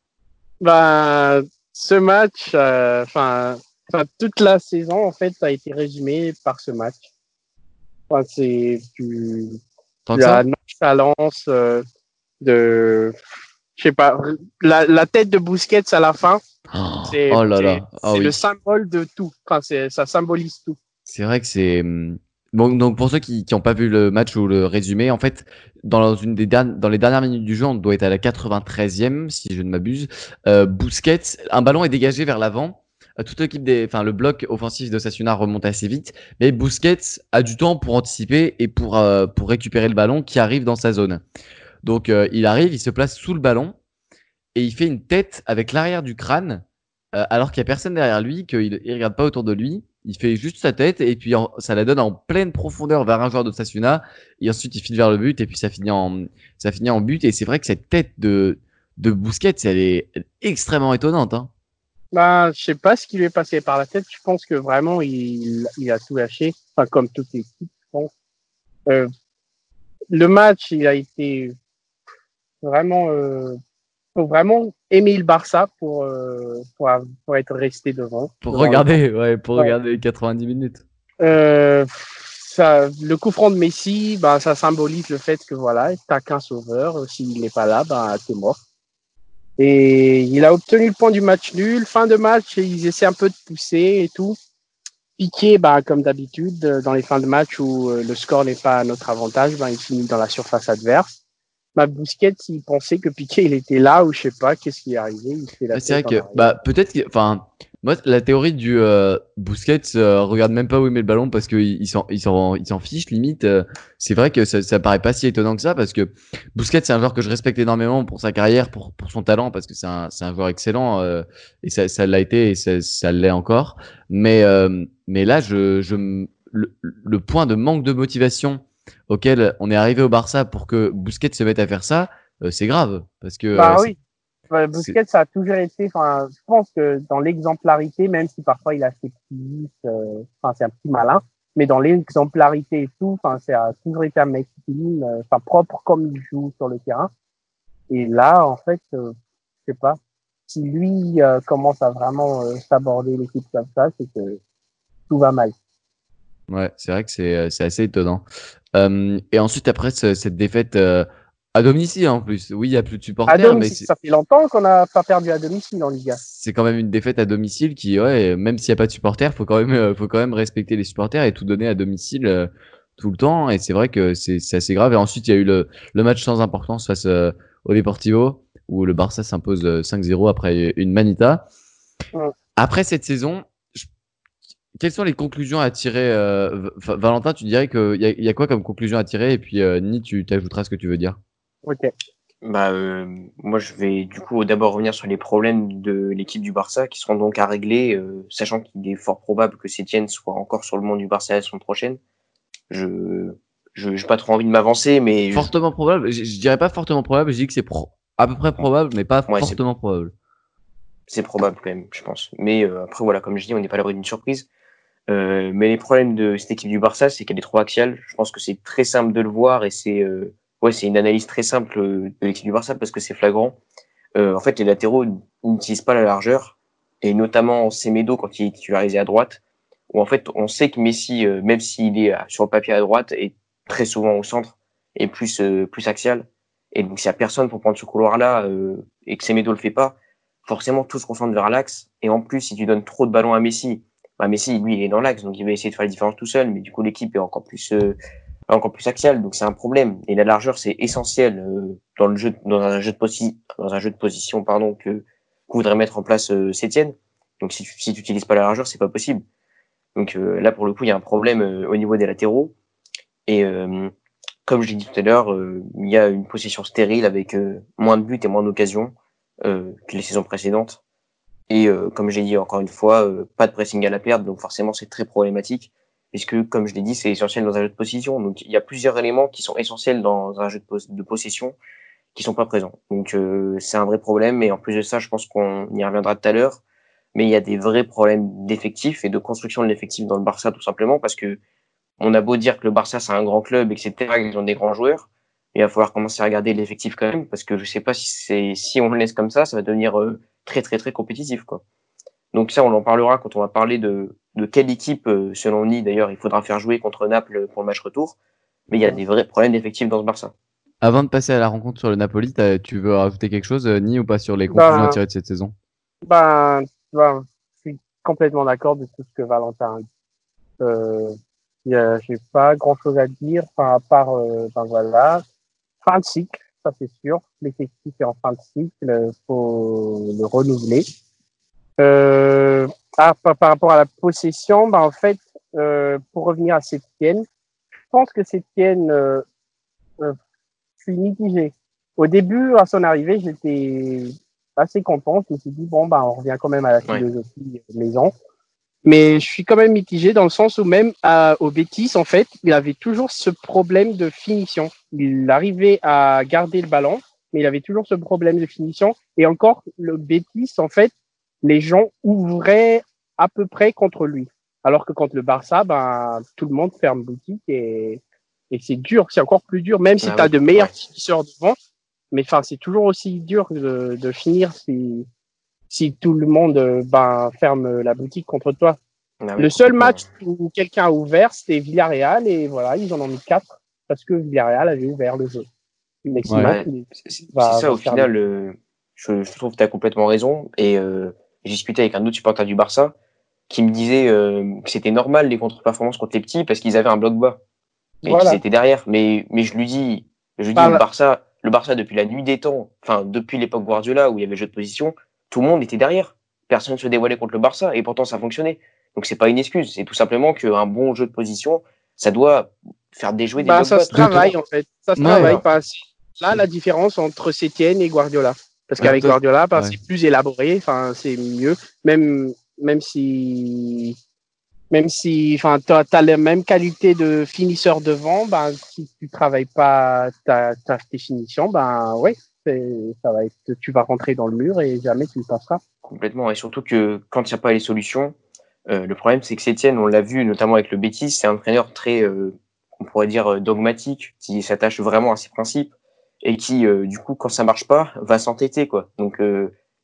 Ben, ce match, euh, enfin, enfin, toute la saison, en fait, a été résumée par ce match. Enfin, c'est du, Tant que la ça? nonchalance euh, de, je sais pas, la, la tête de Busquets à la fin, Oh, c'est, oh là c'est, là, ah c'est le oui. symbole de tout. Enfin, c'est, ça symbolise tout. C'est vrai que c'est hum, bon. Donc pour ceux qui n'ont pas vu le match ou le résumé, en fait, dans une des dernières, dans les dernières minutes du jeu, on doit être à la quatre-vingt-treizième, si je ne m'abuse. Euh, Busquets, un ballon est dégagé vers l'avant. Euh, toute l'équipe des, enfin le bloc offensif d'Osasuna remonte assez vite, mais Busquets a du temps pour anticiper et pour euh, pour récupérer le ballon qui arrive dans sa zone. Donc euh, il arrive, il se place sous le ballon et il fait une tête avec l'arrière du crâne, euh, alors qu'il n'y a personne derrière lui, qu'il ne regarde pas autour de lui. Il fait juste sa tête et puis en- ça la donne en pleine profondeur vers un joueur de Sasuna. Et ensuite, il file vers le but et puis ça finit en, ça finit en but. Et c'est vrai que cette tête de, de Busquets, elle est, elle est extrêmement étonnante. Hein. Ben, je sais pas ce qui lui est passé par la tête. Je pense que vraiment, il, il a tout lâché. Enfin, comme toute l'équipe, je pense. Euh, le match, il a été vraiment, euh, faut vraiment aimer le Barça pour, euh, pour, pour être resté devant. Pour devant le regarder, ouais, pour Ouais. regarder les quatre-vingt-dix minutes. Euh, ça, le coup franc de Messi, bah, ça symbolise le fait que voilà, t'as qu'un sauveur. S'il n'est pas là, bah, t'es mort. Et il a obtenu le point du match nul. Fin de match, ils essaient un peu de pousser et tout. Piqué, bah, comme d'habitude, dans les fins de match où le score n'est pas à notre avantage, bah, il finit dans la surface adverse. Bah, Busquets, il pensait que Piqué, il était là ou je sais pas, qu'est-ce qui est arrivé. Il fait la Ouais, c'est vrai tête en que, arrière. bah, peut-être que, enfin, moi, la théorie du euh, Busquets euh, regarde même pas où il met le ballon parce qu'il il s'en, il s'en, il s'en fiche limite. euh, c'est vrai que ça, ça paraît pas si étonnant que ça parce que Busquets, c'est un joueur que je respecte énormément pour sa carrière, pour, pour son talent parce que c'est un, c'est un joueur excellent euh, et ça, ça l'a été et ça, ça l'est encore. Mais, euh, mais là, je, je, m- le, le point de manque de motivation auquel on est arrivé au Barça pour que Busquets se mette à faire ça, euh, c'est grave parce que euh, Bah c'est, oui, Ouais, c'est- Busquets, ça a toujours été, enfin, je pense que dans l'exemplarité, même si parfois il a ses petits, euh, enfin, c'est un petit malin, mais dans l'exemplarité et tout, enfin, ça a toujours été un mec clean, euh, enfin, propre comme il joue sur le terrain. Et là, en fait, euh, je sais pas. si lui euh, commence à vraiment euh, s'aborder l'équipe comme ça, c'est que tout va mal. Ouais, c'est vrai que c'est euh, c'est assez étonnant. Euh, et ensuite, après ce- cette défaite euh, à domicile en plus, oui, il y a plus de À supporters, mais domicile, c'est ça fait longtemps qu'on n'a pas perdu à domicile en Liga. c'est quand même une défaite à domicile qui, ouais, même s'il n'y a pas de supporters, faut quand même, euh, faut quand même respecter les supporters et tout donner à domicile euh, tout le temps. Et c'est vrai que c'est c'est assez grave. Et ensuite, il y a eu le, le match sans importance face euh, au Deportivo où le Barça s'impose euh, cinq zéro après une manita. Mm. Après cette saison, je- quelles sont les conclusions à tirer euh, Va- Valentin, tu dirais qu'il y a, il y a quoi comme conclusion à tirer? Et puis, euh, Ni, tu t'ajouteras ce que tu veux dire. Ok. Bah, euh, moi, je vais du coup d'abord revenir sur les problèmes de l'équipe du Barça qui seront donc à régler, euh, sachant qu'il est fort probable que Sétienne soit encore sur le banc du Barça la semaine prochaine. Je, je, j'ai pas trop envie de m'avancer, mais je- Fortement probable. Je, je dirais pas fortement probable. Je dis que c'est pro- à peu près probable, mais pas ouais, c'est, fortement probable. c'est probable quand même, je pense. Mais euh, après, voilà, comme je dis, on n'est pas à l'abri d'une surprise. Euh, mais les problèmes de cette équipe du Barça, c'est qu'elle est trop axiale. Je pense que c'est très simple de le voir et c'est, euh, ouais, c'est une analyse très simple euh, de l'équipe du Barça parce que c'est flagrant. Euh, en fait, les latéraux n'utilisent pas la largeur, et notamment Semedo quand il est titularisé à droite, où en fait on sait que Messi, euh, même s'il est à- sur le papier à droite, est très souvent au centre et plus euh, plus axial. Et donc s'il y a personne pour prendre ce couloir-là euh, et que Semedo le fait pas, forcément tout se concentre vers l'axe. Et en plus, si tu donnes trop de ballons à Messi, bah Messi lui il est dans l'axe, donc il va essayer de faire la différence tout seul, mais du coup l'équipe est encore plus euh, encore plus axial, donc c'est un problème. Et la largeur, c'est essentiel euh, dans le jeu, dans un jeu de position, dans un jeu de position, pardon, que, que voudrait mettre en place euh, Sétienne. Donc si tu si tu utilises pas la largeur, c'est pas possible. Donc euh, là, pour le coup, il y a un problème euh, au niveau des latéraux. Et euh, comme je l'ai dit tout à l'heure, euh, il y a une possession stérile avec euh, moins de buts et moins d'occasions euh, que les saisons précédentes. Et euh, comme j'ai dit encore une fois, euh, pas de pressing à la perte, donc forcément c'est très problématique, puisque comme je l'ai dit, c'est essentiel dans un jeu de possession. Donc il y a plusieurs éléments qui sont essentiels dans un jeu de, pos- de possession qui sont pas présents. Donc euh, c'est un vrai problème, et en plus de ça, je pense qu'on y reviendra tout à l'heure, mais il y a des vrais problèmes d'effectifs et de construction de l'effectif dans le Barça, tout simplement, parce que on a beau dire que le Barça c'est un grand club, et cetera, ils ont des grands joueurs, il va falloir commencer à regarder l'effectif quand même, parce que je sais pas si c'est si on le laisse comme ça, ça va devenir euh, très très très compétitif, quoi. Donc ça, on en parlera quand on va parler de, de quelle équipe, euh, selon Ni, d'ailleurs, il faudra faire jouer contre Naples pour le match retour. Mais il y a des vrais problèmes d'effectifs dans ce Barça. Avant de passer à la rencontre sur le Napoli, t'as- tu veux rajouter quelque chose, euh, Ni, ou pas sur les conclusions à Ben, tirer de cette saison? ben, ben, je suis complètement d'accord de tout ce que Valentin a dit. Euh, y a- j'ai pas grand chose à dire, enfin, à part, euh, ben voilà, fin de cycle, ça c'est sûr. L'effectif est en fin de cycle, euh, faut le renouveler. Euh, ah, par, par rapport à la possession, ben en fait, euh, pour revenir à Sétienne, je pense que Sétienne, euh, euh, je suis mitigé. Au début, à son arrivée, j'étais assez content. Je me suis dit, bon, bah, on revient quand même à la Ouais. philosophie maison. Mais je suis quand même mitigé dans le sens où même à, au Betis, en fait, il avait toujours ce problème de finition. Il arrivait à garder le ballon, mais il avait toujours ce problème de finition. Et encore, le Betis, en fait, les gens ouvraient à peu près contre lui. Alors que contre le Barça, ben, tout le monde ferme boutique et, et c'est dur, c'est encore plus dur, même si Ah tu as oui, de meilleurs ouais. finisseurs devant. Mais enfin, c'est toujours aussi dur de, de finir si, si tout le monde euh, ben, ferme la boutique contre toi. Ah oui, Le seul complètement. match où quelqu'un a ouvert, c'était Villarreal, et voilà, ils en ont mis quatre parce que Villarreal avait ouvert le jeu. Mais sinon, Ouais. Bah, tous les c'est c'est va, ça, va au fermer. final, euh, je, je trouve que tu as complètement raison. Et euh, j'ai discuté avec un autre supporter du Barça qui me disait euh, que c'était normal les contre-performances contre les petits parce qu'ils avaient un bloc bas et qu'ils Voilà. étaient derrière. Mais, mais je lui dis, je lui dis Par le la- Barça, le Barça depuis la nuit des temps, enfin depuis l'époque Guardiola où il y avait le jeu de position, tout le monde était derrière. Personne ne se dévoilait contre le Barça et pourtant ça fonctionnait. Donc c'est pas une excuse, c'est tout simplement qu'un bon jeu de position, ça doit faire déjouer des ben, blocs ça bas se tout simplement. travaille, en fait. Ça se Ouais. travaille. Voilà. Ben, c'est là la différence entre Sétienne et Guardiola. Parce Ouais, qu'avec toi- Guardiola, ben, ouais. c'est plus élaboré, enfin, c'est mieux. Même, même si, même si, enfin, tu as la même qualité de finisseur devant, ben, si tu travailles pas ta, ta, tes finitions, ben, ouais, c'est- ça va être, tu vas rentrer dans le mur et jamais tu le passeras. Complètement. Et surtout que quand il n'y a pas les solutions, euh, le problème c'est que Sétienne, on l'a vu notamment avec le Betis, c'est un entraîneur très, euh, on pourrait dire, euh, dogmatique, qui s'attache vraiment à ses principes et qui, euh, du coup, quand ça marche pas, va s'entêter, quoi. Donc, euh,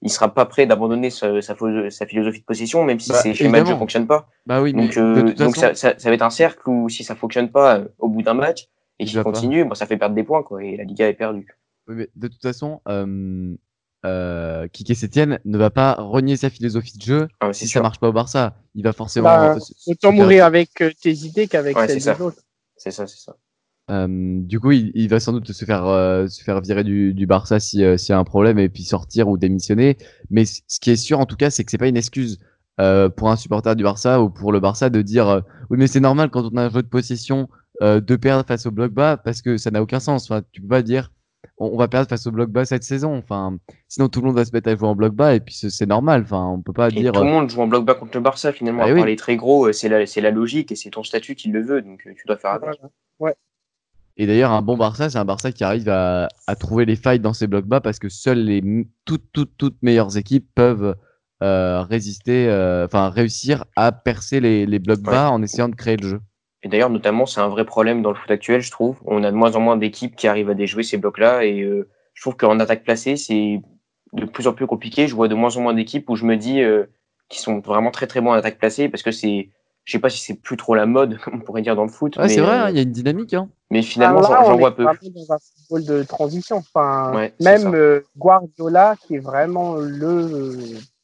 il sera pas prêt d'abandonner sa, sa, sa philosophie de possession, même si bah, ses schémas de jeu évidemment. fonctionnent pas. Bah oui, donc mais euh, de toute donc façon, ça, ça, ça va être un cercle où si ça fonctionne pas euh, au bout d'un match et il qu'il va pas. continue, bon, ça fait perdre des points, quoi, et la Liga est perdue. Oui, mais de toute façon, euh, euh, Quique Sétienne ne va pas renier sa philosophie de jeu Ah, ouais, si c'est ça sûr. marche pas au Barça. Il va forcément Bah, euh, se- se autant faire- mourir avec euh, tes idées qu'avec Ouais, celles c'est des ça. autres. C'est ça, c'est ça. Euh, du coup, il, il va sans doute se faire euh, se faire virer du, du Barça si euh, s'il y a un problème et puis sortir ou démissionner. Mais c- ce qui est sûr en tout cas, c'est que c'est pas une excuse euh, pour un supporter du Barça ou pour le Barça de dire euh, oui mais c'est normal quand on a un jeu de possession euh, de perdre face au bloc bas parce que ça n'a aucun sens. Enfin, tu peux pas dire on, on va perdre face au bloc bas cette saison. Enfin, sinon tout le monde va se mettre à jouer en bloc bas et puis c'est c'est normal. Enfin, on peut pas Et dire tout euh, le monde joue en bloc bas contre le Barça, finalement, bah à part oui. les très gros, euh, c'est la, c'est la logique et c'est ton statut qui le veut, donc euh, tu dois faire avec. Voilà. Ouais. Et d'ailleurs, un bon Barça, c'est un Barça qui arrive à, à trouver les failles dans ses blocs bas parce que seules les m- toutes, toutes, toutes meilleures équipes peuvent euh, résister, euh, enfin réussir à percer les, les blocs Ouais. bas en essayant de créer le jeu. Et d'ailleurs, notamment, c'est un vrai problème dans le foot actuel, je trouve. On a de moins en moins d'équipes qui arrivent à déjouer ces blocs-là. Et euh, je trouve qu'en attaque placée, c'est de plus en plus compliqué. Je vois de moins en moins d'équipes où je me dis euh, qui sont vraiment très très bons en attaque placée parce que c'est, je sais pas si c'est plus trop la mode, comme on pourrait dire dans le foot, Ouais, mais, c'est vrai, hein, euh, il y a une dynamique. Hein. mais finalement, Alors là, j'en, j'en on vois est peu. vraiment dans un football de transition. Enfin, Ouais, c'est même ça. euh, Guardiola, qui est vraiment le euh,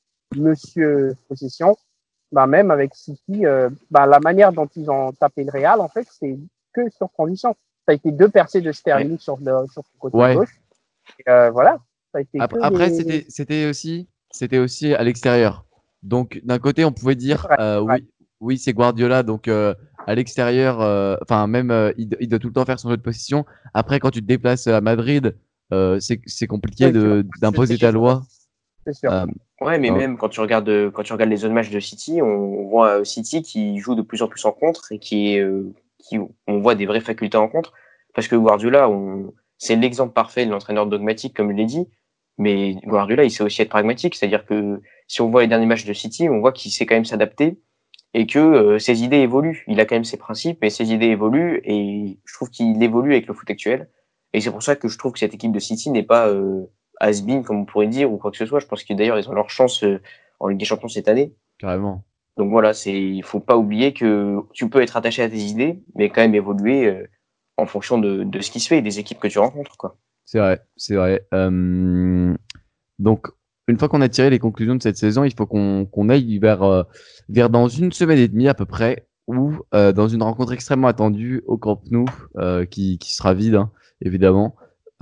monsieur possession, bah, même avec City, euh, bah, la manière dont ils ont tapé le Real, en fait, c'est que sur transition. Ça a été deux percées de Sterling sur le, sur le côté Ouais. gauche. Et, euh, voilà. Ça a été Après, que après des... c'était, c'était aussi, c'était aussi à l'extérieur. Donc d'un côté, on pouvait dire vrai, euh, vrai. oui, oui, c'est Guardiola, donc euh, à l'extérieur, euh, enfin même euh, il, il doit tout le temps faire son jeu de position. Après, quand tu te déplaces à Madrid, euh, c'est, c'est compliqué Ouais, tu de, vas- d'imposer c'est ta loi. C'est sûr. Euh, Ouais, mais euh, même quand tu regardes euh, quand tu regardes les autres matchs de City, on voit euh, City qui joue de plus en plus en contre et qui est euh, qui on voit des vraies facultés en contre parce que Guardiola, on c'est l'exemple parfait de l'entraîneur dogmatique comme je l'ai dit, mais Guardiola, il sait aussi être pragmatique, c'est-à-dire que si on voit les derniers matchs de City, on voit qu'il sait quand même s'adapter et que euh, ses idées évoluent. Il a quand même ses principes, mais ses idées évoluent et je trouve qu'il évolue avec le foot actuel. Et c'est pour ça que je trouve que cette équipe de City n'est pas euh, has-been, comme on pourrait dire, ou quoi que ce soit. Je pense que d'ailleurs, ils ont leur chance euh, en Ligue des Champions cette année. carrément. Donc voilà, c'est, il faut pas oublier que tu peux être attaché à tes idées, mais quand même évoluer euh, en fonction de, de ce qui se fait et des équipes que tu rencontres, quoi. C'est vrai, c'est vrai. Euh, donc, une fois qu'on a tiré les conclusions de cette saison, il faut qu'on qu'on aille vers, euh, vers dans une semaine et demie à peu près, ou euh, dans une rencontre extrêmement attendue au Camp Nou, euh, qui, qui sera vide, hein, évidemment.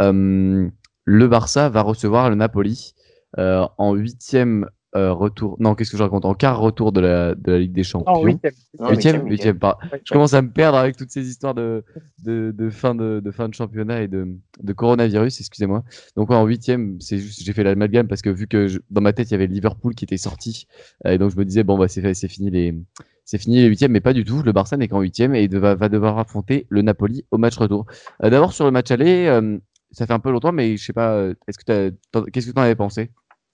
Euh, le Barça va recevoir le Napoli euh, en huitième euh, retour. Non, qu'est-ce que je raconte? En quart retour de la, de la Ligue des Non, Champions. huitième. Non, Huitième, huitième, huitième, pas. Ouais. Je commence à me perdre avec toutes ces histoires de, de, de fin de, de fin de championnat et de, de coronavirus, excusez-moi. Donc ouais, en huitième, c'est juste, j'ai fait l'amalgame parce que vu que je- dans ma tête il y avait le Liverpool qui était sorti, euh, et donc je me disais bon bah c'est c'est fini les, c'est fini les huitièmes, mais pas du tout. Le Barça n'est qu'en huitième et va, va devoir affronter le Napoli au match retour. Euh, D'abord sur le match aller, euh, ça fait un peu longtemps, mais je sais pas, euh, est-ce que t'as, t'en- qu'est-ce que tu en avais pensé?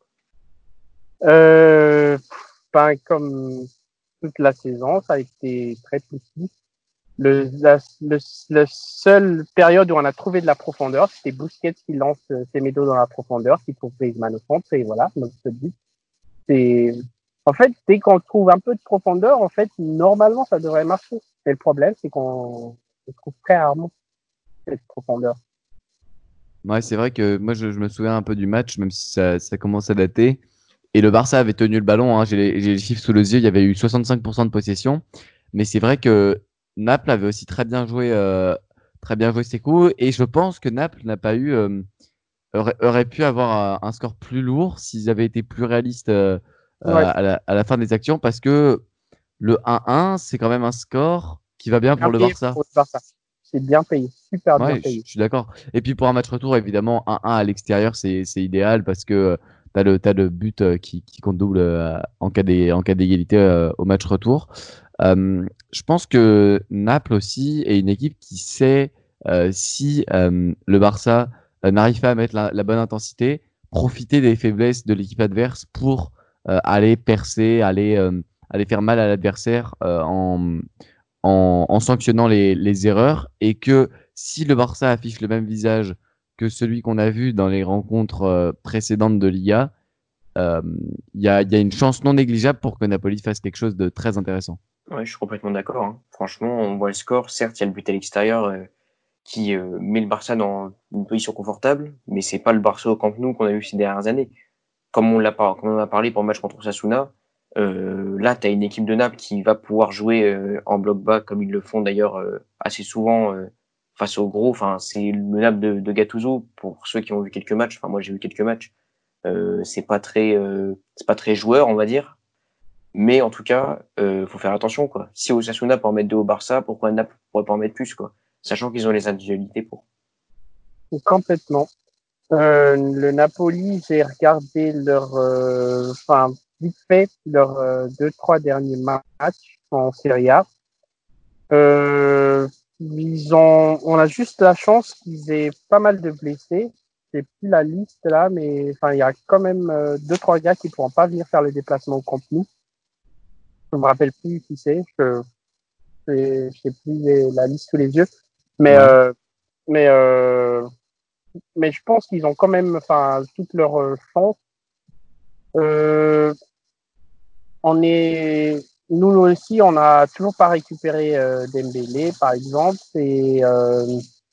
Euh, ben, comme toute la saison, ça a été très poussif. Le, la le, le seule période où on a trouvé de la profondeur, c'était Busquets qui lance euh, Semedo dans la profondeur, qui trouve Griezmann au centre, et voilà, notre seul but. C'est, en fait, dès qu'on trouve un peu de profondeur, en fait, normalement, ça devrait marcher. Mais le problème, c'est qu'on le trouve très rarement, cette profondeur. Ouais, c'est vrai que moi je, je me souviens un peu du match, même si ça, ça commence à dater. Et le Barça avait tenu le ballon, hein, j'ai les, j'ai les chiffres sous les yeux, il y avait eu soixante-cinq pour cent de possession. Mais c'est vrai que Naples avait aussi très bien joué, euh, très bien joué ses coups. Et je pense que Naples n'a pas eu, euh, aurait, aurait pu avoir un, un score plus lourd s'ils avaient été plus réalistes euh, euh, Ouais. à, la, à la fin des actions. Parce que le un un, c'est quand même un score qui va bien pour le payé Barça. pour le Barça. C'est bien payé, super bien Ouais, je payé. je suis d'accord. Et puis pour un match retour, évidemment, un un à l'extérieur, c'est c'est idéal parce que tu as le, t'as le but euh, qui, qui compte double euh, en cas d'é- en cas d'égalité euh, au match retour. Euh, je pense que Naples aussi est une équipe qui sait euh, si euh, le Barça euh, n'arrive pas à mettre la, la bonne intensité, profiter des faiblesses de l'équipe adverse pour euh, aller percer, aller, euh, aller faire mal à l'adversaire euh, en, en, en sanctionnant les, les erreurs et que si le Barça affiche le même visage que celui qu'on a vu dans les rencontres euh, précédentes de Liga, euh, il y a, il y a une chance non négligeable pour que Napoli fasse quelque chose de très intéressant. Ouais, je suis complètement d'accord. Hein. Franchement, on voit le score. Certes, il y a le but à l'extérieur euh, qui euh, met le Barça dans une position confortable, mais c'est pas le Barça au Camp Nou qu'on a eu ces dernières années. Comme on l'a par- comme on en a parlé pour le match contre Osasuna, euh, là, tu as une équipe de Naples qui va pouvoir jouer euh, en bloc bas, comme ils le font d'ailleurs euh, assez souvent euh, face aux gros. Enfin, c'est le Naples de, de Gattuso, pour ceux qui ont vu quelques matchs. Enfin, moi, j'ai vu quelques matchs. Euh, c'est pas très, euh, c'est pas très joueur, on va dire. Mais en tout cas, euh, faut faire attention, quoi. Si Osasuna peut en mettre deux au Barça, pourquoi Naples pourrait pas en mettre plus, quoi. Sachant qu'ils ont les individualités pour. Complètement. Euh, le Napoli, j'ai regardé leur, euh, enfin, vite fait, leurs euh, deux, trois derniers matchs en Serie A. Euh, ils ont, on a juste la chance qu'ils aient pas mal de blessés. C'est plus la liste là, mais enfin, il y a quand même euh, deux, trois gars qui pourront pas venir faire le déplacement au Camp Nou. Je me rappelle plus qui c'est. Je, je, je sais plus les, la liste sous les yeux. Mais, Ouais. euh, mais, euh, mais je pense qu'ils ont quand même, enfin, toutes leurs euh, chances. Euh, on est, nous aussi, on n'a toujours pas récupéré euh, Dembélé, par exemple, et euh,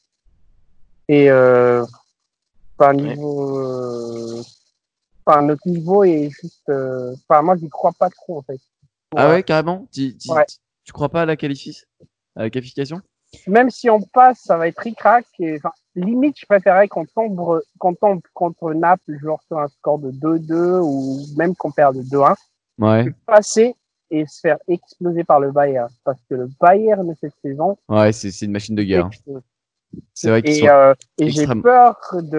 et euh, enfin, Ouais. niveau, euh, enfin, notre niveau est juste, euh, enfin, moi, j'y crois pas trop en fait. Ah Pour, ouais, carrément? Tu, tu, ouais. tu crois pas à la qualifi- à la qualification? Même si on passe, ça va être ric-rac. Et, enfin, limite, je préférerais qu'on tombe, qu'on tombe contre Naples, genre sur un score de deux deux ou même qu'on perde de deux un. Ouais. Passer et se faire exploser par le Bayern. Parce que le Bayern de cette saison, Ouais, c'est c'est une machine de guerre. explose. C'est vrai qu'ils Et, sont euh, et j'ai extrêmement. peur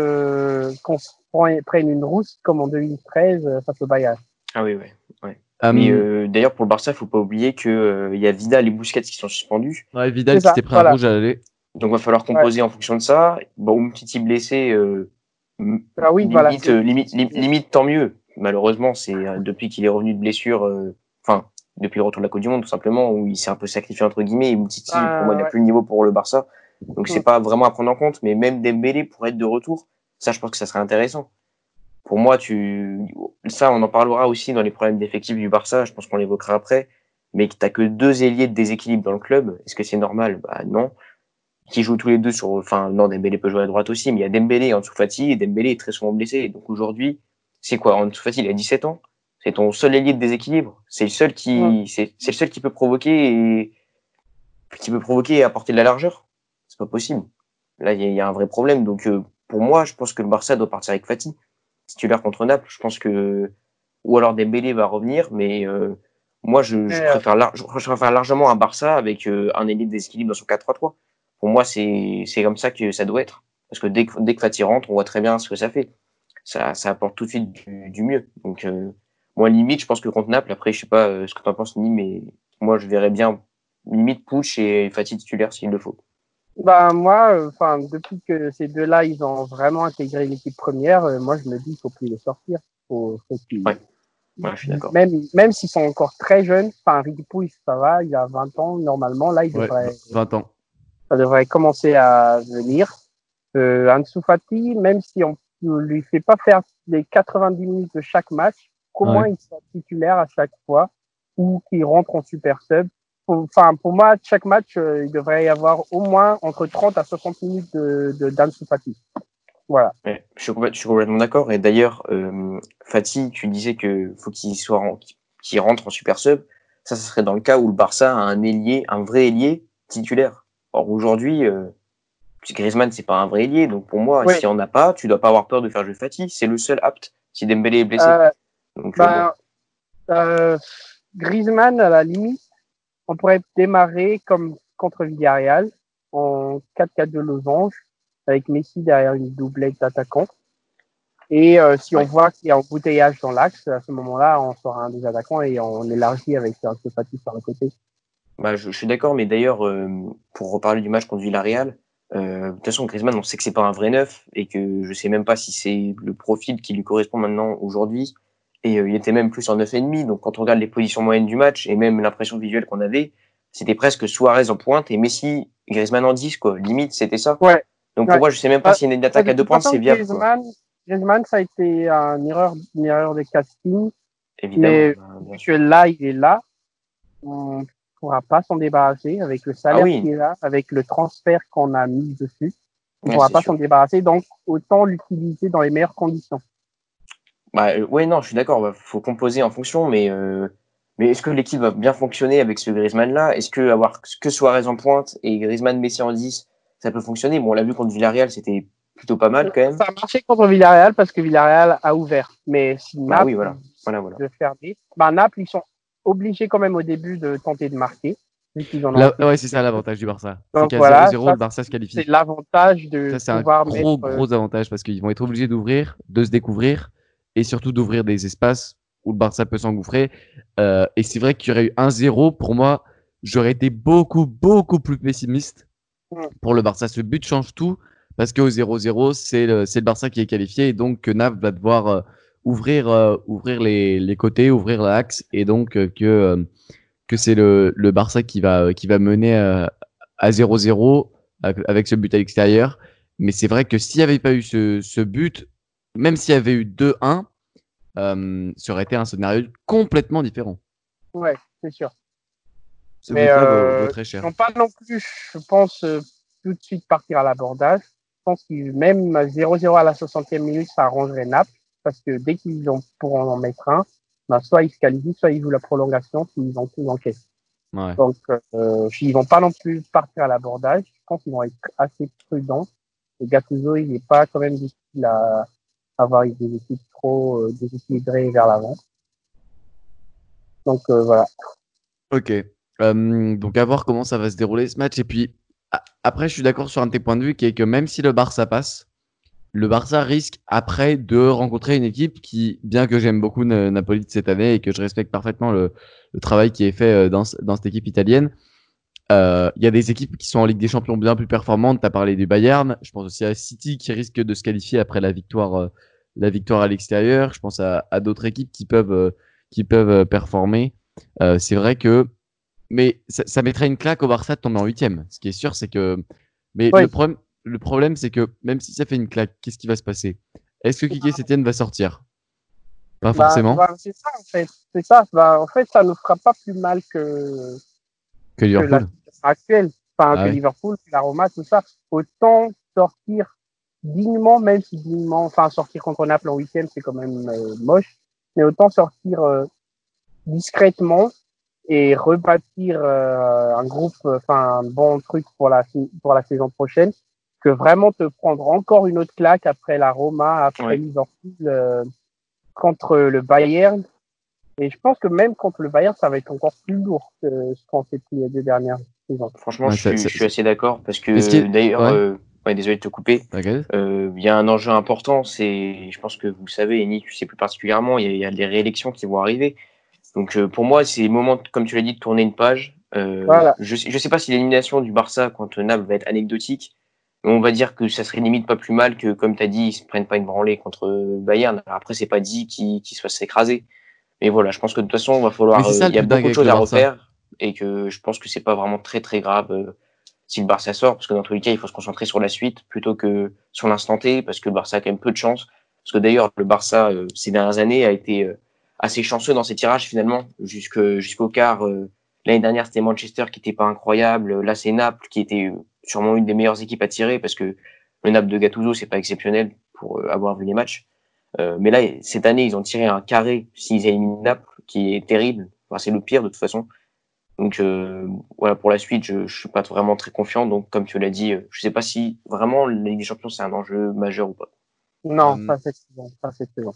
de qu'on se prenne une rousse comme en deux mille treize euh, face au Bayern. Ah oui, ouais. ouais. Hum, Mais euh, d'ailleurs, pour le Barça, il faut pas oublier que euh, il y a Vidal et Busquets qui sont suspendus. ouais, Vidal C'est qui ça, s'était pris un voilà. rouge à l'aller. Donc, il va falloir Ouais. composer en fonction de ça. Bon, Umtiti blessé, euh, m- Ah oui, voilà. limite, c'est- euh, limite, lim- limite, tant mieux. Malheureusement, c'est euh, depuis qu'il est revenu de blessure, euh, enfin, depuis le retour de la Coupe du Monde, tout simplement, où il s'est un peu sacrifié entre guillemets. Et Umtiti, pour moi, il Ah, n'a ouais. plus le niveau pour le Barça. Donc, c'est Mm. pas vraiment à prendre en compte. Mais même Dembélé pourrait être de retour. Ça, je pense que ça serait intéressant. Pour moi, tu, ça, on en parlera aussi dans les problèmes d'effectifs du Barça. Je pense qu'on l'évoquera après. Mais que t'as que deux ailiers de déséquilibre dans le club, est-ce que c'est normal? Bah non. Qui jouent tous les deux sur, enfin non, Dembélé peut jouer à droite aussi, mais il y a Dembélé et Ansu Fati et Dembélé est très souvent blessé. Donc aujourd'hui, c'est quoi? Ansu Fati, il a dix-sept ans. C'est ton seul ailier de déséquilibre. C'est le seul Mm. qui, c'est, c'est le seul qui peut provoquer et qui peut provoquer et apporter de la largeur. C'est pas possible. Là, il y, y, a un vrai problème. Donc euh, pour moi, je pense que le Barça doit partir avec Fati titulaire contre Naples. Je pense que ou alors Dembélé va revenir, mais euh, moi je, Et, je, euh, préfère lar- je préfère largement un Barça avec euh, un ailier de déséquilibre dans son quatre trois trois. Pour moi, c'est c'est comme ça que ça doit être. Parce que dès que, dès que Fati rentre, on voit très bien ce que ça fait. Ça, ça apporte tout de suite du, du mieux. Donc, euh, moi, limite, je pense que contre Naples, après, je sais pas euh, ce que tu en penses, Ni, mais moi, je verrais bien limite Push et Fati titulaire s'il le faut. bah, moi, enfin, euh, depuis que ces deux-là, ils ont vraiment intégré l'équipe première, euh, moi, je me dis qu'il faut plus les sortir. Faut, faut qu'ils, Ouais, ouais, je suis d'accord. même, même s'ils sont encore très jeunes, enfin, Ricky Pouille, ça va, il a vingt ans, normalement, là, il Ouais, devrait, vingt ans. ça devrait commencer à venir. Euh, Ansu Fati, même si on ne lui fait pas faire les quatre-vingt-dix minutes de chaque match, qu'au Ouais. moins il soit titulaire à chaque fois ou qu'il rentre en super sub. Enfin, pour moi, chaque match, euh, il devrait y avoir au moins entre trente à soixante minutes de, de d'Ansu Fati. Voilà. Ouais, je, suis complètement, je suis complètement d'accord. Et d'ailleurs, euh, Fati, tu disais que faut qu'il soit en, qu'il rentre en super sub. Ça, ça serait dans le cas où le Barça a un ailier, un vrai ailier titulaire. Or aujourd'hui, euh, Griezmann, c'est pas un vrai ailier. Donc pour moi, Oui. s'il y en a pas, tu dois pas avoir peur de faire jouer Fati. C'est le seul apte si Dembélé est blessé. Euh, Donc euh, bon. bah, euh, Griezmann, à la limite, on pourrait démarrer comme contre Villarreal en quatre quatre de losange avec Messi derrière une doublette d'attaquants. Et euh, si Ouais. on voit qu'il y a embouteillage dans l'axe, à ce moment-là, on sera un des attaquants et on élargit avec un Fati sur le côté. Bah, je, je suis d'accord, mais d'ailleurs, euh, pour reparler du match contre Villarreal, euh, de toute façon, Griezmann, on sait que c'est pas un vrai neuf et que je sais même pas si c'est le profil qui lui correspond maintenant aujourd'hui. Et euh, il était même plus en neuf et demi. Donc, quand on regarde les positions moyennes du match et même l'impression visuelle qu'on avait, c'était presque Suarez en pointe et Messi, Griezmann en dix, quoi. Limite, c'était ça. Ouais. Donc, pour ouais. moi, je sais même pas Bah, si une bah, attaque de à deux toute pointes, façon, c'est viable, quoi. Griezmann, Griezmann, ça a été une erreur, une erreur de casting. Évidemment. Mais bah, bien vu sûr. que là, il est là, on ne pourra pas s'en débarrasser avec le salaire Ah oui. qui est là, avec le transfert qu'on a mis dessus. On ne Ouais, pourra c'est pas sûr. s'en débarrasser, donc autant l'utiliser dans les meilleures conditions. Bah, euh, ouais, non, je suis d'accord. Bah, faut composer en fonction, mais euh, mais est-ce que l'équipe va bien fonctionner avec ce Griezmann-là? Est-ce que avoir que Suarez en pointe et Griezmann, Messi en dix, ça peut fonctionner? Bon, on l'a vu contre Villarreal, c'était plutôt pas mal quand même. Ça a marché contre Villarreal parce que Villarreal a ouvert. Mais si Bah Naples oui, voilà, voilà, voilà. veut fermer, bah Naples, ils sont obligés quand même au début de tenter de marquer, vu qu'ils en ont Là, fait ouais, c'est ça quelques-uns. l'avantage du Barça. C'est Donc qu'à voilà, zéro zéro, ça, le Barça se c'est qualifie. l'avantage de Ça, c'est un pouvoir gros, mettre. euh, gros avantage parce qu'ils vont être obligés d'ouvrir, de se découvrir et surtout d'ouvrir des espaces où le Barça peut s'engouffrer. Euh, et c'est vrai qu'il y aurait eu un zéro. Pour moi, j'aurais été beaucoup, beaucoup plus pessimiste Mm. pour le Barça. Ce but change tout parce qu'au zéro zéro, c'est le, c'est le Barça qui est qualifié et donc que Naples va devoir euh, ouvrir, euh, ouvrir les, les côtés, ouvrir l'axe et donc euh, que, euh, que c'est le, le Barça qui va, qui va mener euh, à zéro zéro avec ce but à l'extérieur. Mais c'est vrai que s'il n'y avait pas eu ce, ce but, même s'il y avait eu deux un, euh, ça aurait été un scénario complètement différent. Ouais, c'est sûr. Ce Mais but-là vaut, vaut euh, très ils cher. n'ont pas non plus, je pense, euh, tout de suite partir à l'abordage. Je pense que même à zéro zéro à la soixantième minute, ça arrangerait Naples, parce que dès qu'ils en pourront en mettre un, ben, soit ils se qualifient, soit ils jouent la prolongation, s'ils ont tout encaissé. Ouais. Donc, euh, ils vont pas non plus partir à l'abordage. Je pense qu'ils vont être assez prudents. Et Gattuso, il n'est pas quand même difficile à avoir des équipes trop euh, déséquilibrées vers l'avant. Donc, euh, voilà. Ok. Euh, donc à voir comment ça va se dérouler ce match. Et puis a- après, je suis d'accord sur un de tes points de vue qui est que même si le Barça passe, le Barça risque après de rencontrer une équipe qui, bien que j'aime beaucoup Na- Napoli de cette année et que je respecte parfaitement le, le travail qui est fait euh, dans, ce- dans cette équipe italienne, euh, il y a des équipes qui sont en Ligue des Champions bien plus performantes. Tu as parlé du Bayern. Je pense aussi à City qui risque de se qualifier après la victoire, euh, la victoire à l'extérieur. Je pense à, à d'autres équipes qui peuvent, euh, qui peuvent euh, performer. Euh, c'est vrai que mais ça, ça mettrait une claque au Barça de tomber en huitième. Ce qui est sûr, c'est que. Mais Oui. le problème, le problème, c'est que même si ça fait une claque, qu'est-ce qui va se passer? Est-ce que Kike Setien va sortir? Pas Bah, forcément. bah, c'est ça, en fait. C'est ça. Bah, en fait, ça ne fera pas plus mal que, Que que la Liverpool. situation actuelle. Enfin, Ah que ouais. Liverpool, que la Roma, tout ça. Autant sortir dignement, même si dignement, enfin, sortir contre Naples en huitième, c'est quand même euh, moche. Mais autant sortir euh, discrètement et rebâtir euh, un groupe, enfin, un bon truc pour la, pour la saison prochaine, que vraiment te prendre encore une autre claque après la Roma, après Ouais. Liverpool, euh, contre le Bayern. Et je pense que même contre le Bayern, ça va être encore plus lourd que ce qu'on s'est pris les deux dernières saisons. Franchement, Ouais, je ça- suis, ça- je suis assez d'accord parce Mais ce qui que est. d'ailleurs, Ouais, euh, ouais, désolé de te couper. t'inquiète. Euh, Il y a un enjeu important, c'est, je pense que vous le savez, et Nick, tu sais plus particulièrement, il y a, il y a des réélections qui vont arriver. Donc euh, pour moi, c'est le moment, comme tu l'as dit, de tourner une page. Euh, Voilà. je sais, je sais pas si l'élimination du Barça contre Naples va être anecdotique, mais on va dire que ça serait limite pas plus mal que, comme tu as dit, ils se prennent pas une branlée contre Bayern. Alors après, c'est pas dit qu'ils qu'ils se fassent écraser. Mais voilà, je pense que de toute façon, il va Mais falloir. c'est euh, ça Il le y a plus dingue beaucoup de avec choses le à Barça. refaire et que je pense que c'est pas vraiment très très grave euh, si le Barça sort, parce que dans tous les cas, il faut se concentrer sur la suite plutôt que sur l'instant T, parce que le Barça a quand même peu de chance. Parce que d'ailleurs, le Barça euh, ces dernières années a été euh, assez chanceux dans ses tirages finalement, jusque jusqu'au quart. Euh, l'année dernière, c'était Manchester qui était pas incroyable. Là, c'est Naples qui était euh, sûrement une des meilleures équipes à tirer, parce que le Naples de Gattuso, c'est pas exceptionnel pour euh, avoir vu les matchs. Euh, mais là, cette année, ils ont tiré un carré s'ils éliminent Naples, qui est terrible. Enfin, c'est le pire de toute façon. Donc euh, voilà, pour la suite, je, je suis pas vraiment très confiant. Donc comme tu l'as dit, euh, je sais pas si vraiment la Ligue des Champions c'est un enjeu majeur ou pas. Non, Euh, pas cette saison. Pas cette saison.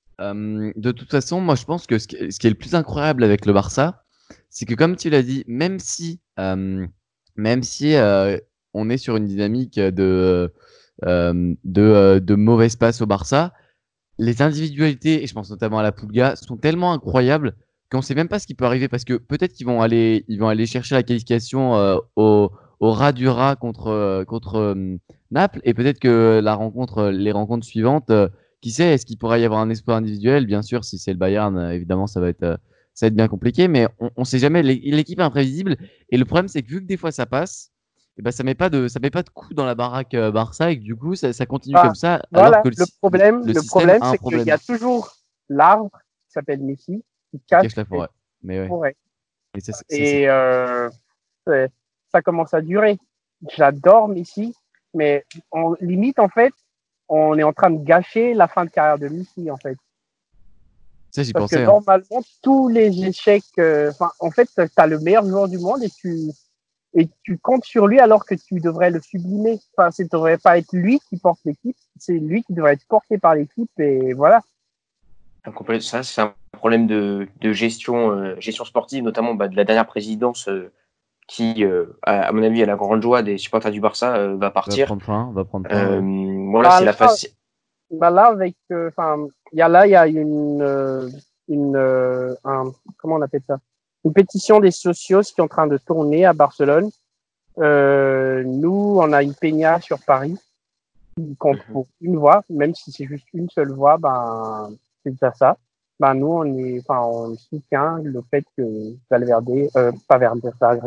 euh, de toute façon, moi je pense que ce qui, ce qui est le plus incroyable avec le Barça, c'est que comme tu l'as dit, même si, euh, même si euh, on est sur une dynamique de, euh, de, euh, de mauvaise passe au Barça, les individualités, et je pense notamment à la Pulga, sont tellement incroyables qu'on ne sait même pas ce qui peut arriver parce que peut-être qu'ils vont aller, ils vont aller chercher la qualification euh, au, au ras du ras contre, euh, contre euh, Naples et peut-être que la rencontre, les rencontres suivantes, euh, qui sait, est-ce qu'il pourrait y avoir un espoir individuel? Bien sûr, si c'est le Bayern, euh, évidemment, ça va être, euh, ça va être bien compliqué, mais on ne sait jamais. L'é- L'équipe est imprévisible et le problème, c'est que vu que des fois ça passe, et ben, ça met pas de, ça met pas de coup dans la baraque euh, Barça et que, du coup, ça, ça continue Enfin, comme ça, alors voilà, que le, le sy- problème, le le système problème, a un c'est qu'il problème y a toujours l'arbre qui s'appelle Messi qui qui cache cache la cette forêt. Mais ouais, forêt. et ça, c'est- ça, c'est- Et euh, c'est- ça commence à durer. J'adore Messi, mais en limite, en fait, on est en train de gâcher la fin de carrière de Messi, en fait. ça, j'y Parce que pensais, hein. normalement, tous les échecs, euh, enfin, en fait, tu as le meilleur joueur du monde et tu, et tu comptes sur lui alors que tu devrais le sublimer. Enfin, ça ne devrait pas être lui qui porte l'équipe, c'est lui qui devrait être porté par l'équipe et voilà. Un complète- Ça, c'est un problème de, de gestion, euh, gestion sportive, notamment bah, de la dernière présidence euh, qui, euh, à, à mon avis, à la grande joie des supporters du Barça, euh, va Va partir. prendre fin, va prendre fin, Euh, ouais. voilà, Bah c'est la là, phase. bah là avec, enfin, euh, il y a là, il y a une, euh, une, euh, un, comment on appelle ça, une pétition des socios qui est en train de tourner à Barcelone. Euh, nous, on a une peña sur Paris qui compte Mhm. pour une voix, même si c'est juste une seule voix, ben c'est déjà ça. Ben nous, on est, enfin, on soutient le fait que Valverde, euh, pas Valverde,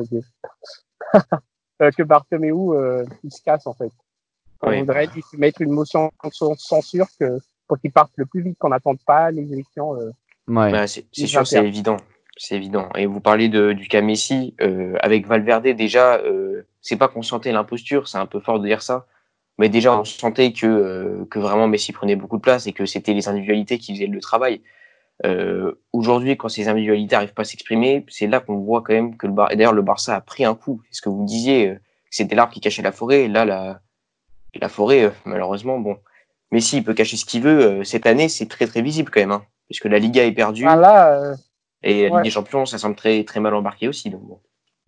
euh, que Bartomeu, euh, il se casse en fait. On Ouais, voudrait bah, lui mettre une motion de censure que pour qu'il parte le plus vite, qu'on n'attende pas les élections euh, Ouais. bah, c'est c'est sûr, c'est deux mille vingt et un. évident. C'est évident. Et vous parlez de, du cas Messi, euh, avec Valverde, déjà, euh, c'est pas qu'on sentait l'imposture, c'est un peu fort de dire ça, mais déjà, on sentait que, euh, que vraiment Messi prenait beaucoup de place et que c'était les individualités qui faisaient le travail. Euh, aujourd'hui, quand ces individualités n'arrivent pas à s'exprimer, c'est là qu'on voit quand même que le Bar... et d'ailleurs, le Barça a pris un coup. C'est ce que vous disiez, euh, c'était l'arbre qui cachait la forêt, et là, la, la forêt, euh, malheureusement, bon. Messi, il peut cacher ce qu'il veut. Euh, cette année, c'est très très visible quand même, hein, puisque la Liga est Ben perdue là, euh, et la Ligue ouais, des Champions, ça semble très très mal embarqué aussi. Donc bon.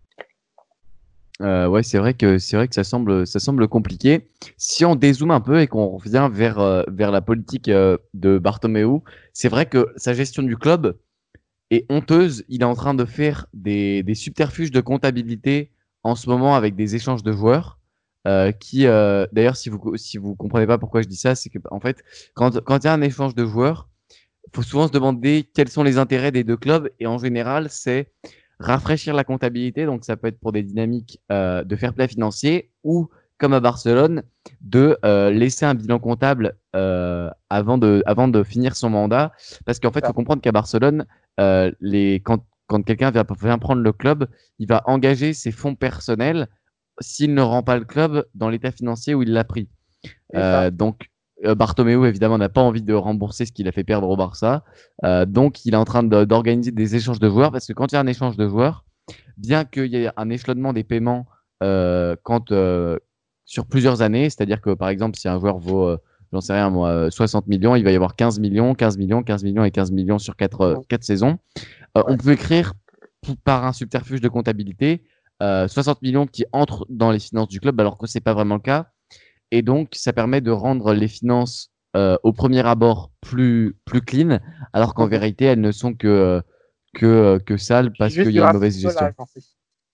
Euh, ouais, c'est vrai que c'est vrai que ça semble ça semble compliqué. Si on dézoome un peu et qu'on revient vers euh, vers la politique euh, de Bartomeu, c'est vrai que sa gestion du club est honteuse. Il est en train de faire des, des subterfuges de comptabilité en ce moment avec des échanges de joueurs. Euh, qui euh, d'ailleurs, si vous si vous comprenez pas pourquoi je dis ça, c'est que en fait, quand quand il y a un échange de joueurs, faut souvent se demander quels sont les intérêts des deux clubs et en général, c'est rafraîchir la comptabilité. Donc, ça peut être pour des dynamiques euh, de fair play financier ou, comme à Barcelone, de euh, laisser un bilan comptable euh, avant, de, avant de finir son mandat. Parce qu'en fait, il faut ça. comprendre qu'à Barcelone, euh, les, quand, quand quelqu'un vient, vient prendre le club, il va engager ses fonds personnels s'il ne rend pas le club dans l'état financier où il l'a pris. C'est ça. Euh, donc, euh, Bartomeu, évidemment, n'a pas envie de rembourser ce qu'il a fait perdre au Barça. Euh, donc, il est en train de- d'organiser des échanges de joueurs parce que quand il y a un échange de joueurs, bien qu'il y ait un échelonnement des paiements euh, quand, euh, sur plusieurs années, c'est-à-dire que, par exemple, si un joueur vaut, euh, j'en sais rien, moi, euh, soixante millions, il va y avoir quinze millions, quinze millions, quinze millions et quinze millions sur quatre euh, Mhm. quatre saisons. Euh, Ouais, on peut écrire p- par un subterfuge de comptabilité euh, soixante millions qui entrent dans les finances du club alors que ce n'est pas vraiment le cas. Et donc, ça permet de rendre les finances euh, au premier abord plus, plus clean, alors qu'en mhm. vérité, elles ne sont que, que, que sales C'est parce qu'il juste y du a une mauvaise gestion. rafistolage en fait.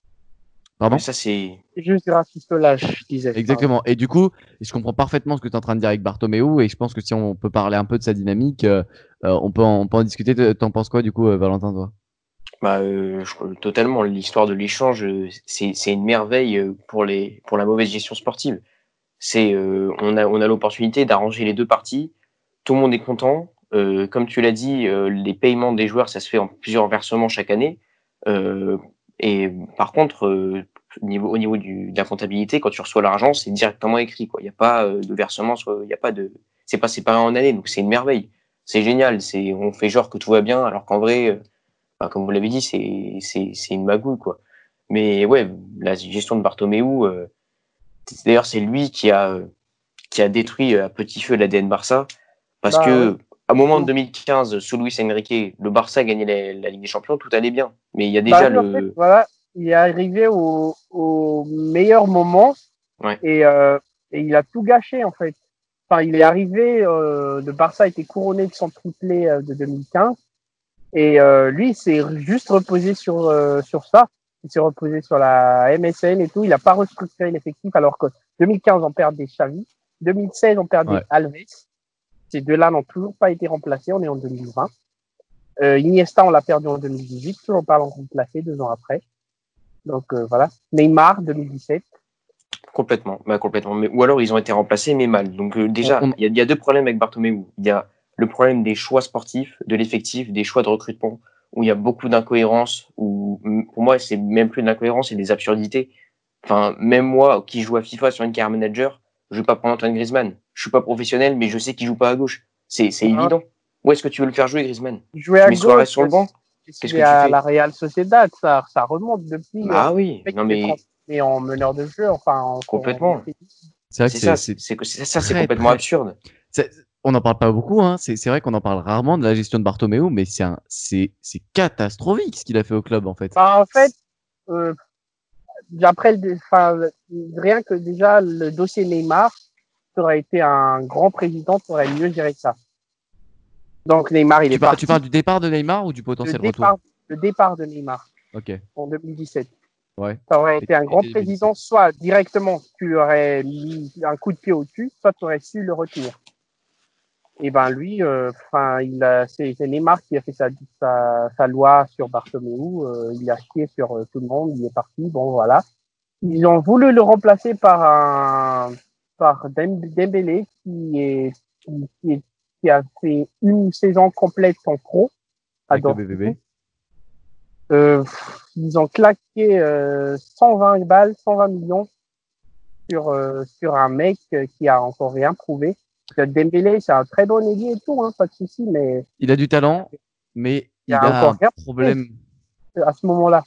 Ouais, Pardon? ça c'est. C'est juste du rafistolage, je disais. Pardon. Exactement. Et du coup, je comprends parfaitement ce que tu es en train de dire avec Bartomeu, et je pense que si on peut parler un peu de sa dynamique, euh, euh, on, peut en, on peut en discuter. T'en penses quoi, du coup, euh, Valentin, toi? Bah, euh, je- totalement. L'histoire de l'échange, euh, c'est c'est une merveille euh, pour les pour la mauvaise gestion sportive. C'est euh, on a on a l'opportunité d'arranger les deux parties. Tout le monde est content. Euh, comme tu l'as dit, euh, les paiements des joueurs, ça se fait en plusieurs versements chaque année. Euh, et par contre, euh, au niveau, au niveau du, de la comptabilité, quand tu reçois l'argent, c'est directement écrit, quoi. Il n'y a pas euh, de versement, il y a pas de, c'est pas séparé en années, donc c'est une merveille. C'est génial. C'est, on fait genre que tout va bien, alors qu'en vrai, euh, bah, comme vous l'avez dit, c'est, c'est, c'est une magouille, quoi. Mais ouais, la gestion de Bartomeu, euh, d'ailleurs, c'est lui qui a, qui a détruit à petit feu l'A D N Barça. Parce Bah ouais. que, à un moment de Mhm. deux mille quinze, sous Luis Enrique, le Barça gagnait la, la Ligue des Champions, tout allait bien. Mais il y a Bah déjà lui en fait, le. voilà, il est arrivé au, au meilleur moment Ouais. et, euh, et il a tout gâché en fait. Enfin, il est arrivé, euh, le Barça a été couronné de son triplé euh, de deux mille quinze et euh, lui, il s'est juste reposé sur, euh, sur ça. Il s'est reposé sur la M S N et tout. Il n'a pas restructuré l'effectif alors que deux mille quinze, on perd des Xavi. deux mille seize, on perd des Ouais. Alves. Ces deux-là n'ont toujours pas été remplacés. On est en deux mille vingt. Euh, Iniesta, on l'a perdu en deux mille dix-huit. Toujours pas remplacé deux ans après. Donc euh, voilà. Neymar, deux mille dix-sept. Complètement, bah, complètement. Mais, ou alors ils ont été remplacés, mais mal. Donc euh, déjà, On- on- il y, a- il y a deux problèmes avec Bartomeu. Il y a le problème des choix sportifs, de l'effectif, des choix de recrutement, où il y a beaucoup d'incohérences, où m- pour moi, c'est même plus de l'incohérence, c'est des absurdités. Enfin, même moi, qui joue à FIFA sur une carrière manager, je vais pas prendre Antoine Griezmann. Je suis pas professionnel, mais je sais qu'il joue pas à gauche. C'est, c'est Non, évident. Où est-ce que tu veux le faire jouer, Griezmann? jouer Tu à mets Suarez gauche, sur le banc? Qu'est-ce il que est tu à fais? la Real Sociedad, ça, ça remonte depuis. On Bah oui, sait non qu'il est mais transformé en meneur de jeu, enfin en, en complètement. C'est vrai que C'est c'est ça, c'est c'est, c'est, ça, c'est très, complètement très. absurde. c'est- On n'en parle pas beaucoup, hein. C'est c'est vrai qu'on en parle rarement de la gestion de Bartomeu, mais c'est un- c'est c'est catastrophique ce qu'il a fait au club en fait. Bah, en fait, euh, après, le, enfin, rien que déjà le dossier Neymar, ça aurait été un grand président qui aurait mieux géré que ça. Donc Neymar, il Tu est parles, parti. tu parles du départ de Neymar ou du Le potentiel départ, retour? le départ de Neymar Ok, en deux mille dix-sept. ouais. Ça aurait été un Et- grand et- président, soit directement tu aurais mis un coup de pied au-dessus, soit tu aurais su le retenir. Et ben lui, enfin, euh, il a, c'est, c'est Neymar qui a fait sa, sa, sa loi sur Bartomeu. Euh, il a chié sur euh, tout le monde. Il est parti. Bon, voilà. Ils ont voulu le remplacer par un par Dembélé qui est qui, qui, est, qui a fait une saison complète en pro à Avec le Dortmund. B V B. Euh, ils ont claqué euh, cent vingt balles, cent vingt millions sur euh, sur un mec qui a encore rien prouvé. Dembélé, c'est un très bon ailier et tout, hein, pas de souci, mais Il a du talent, mais il il a a encore un rien problème. prouvé à ce moment-là,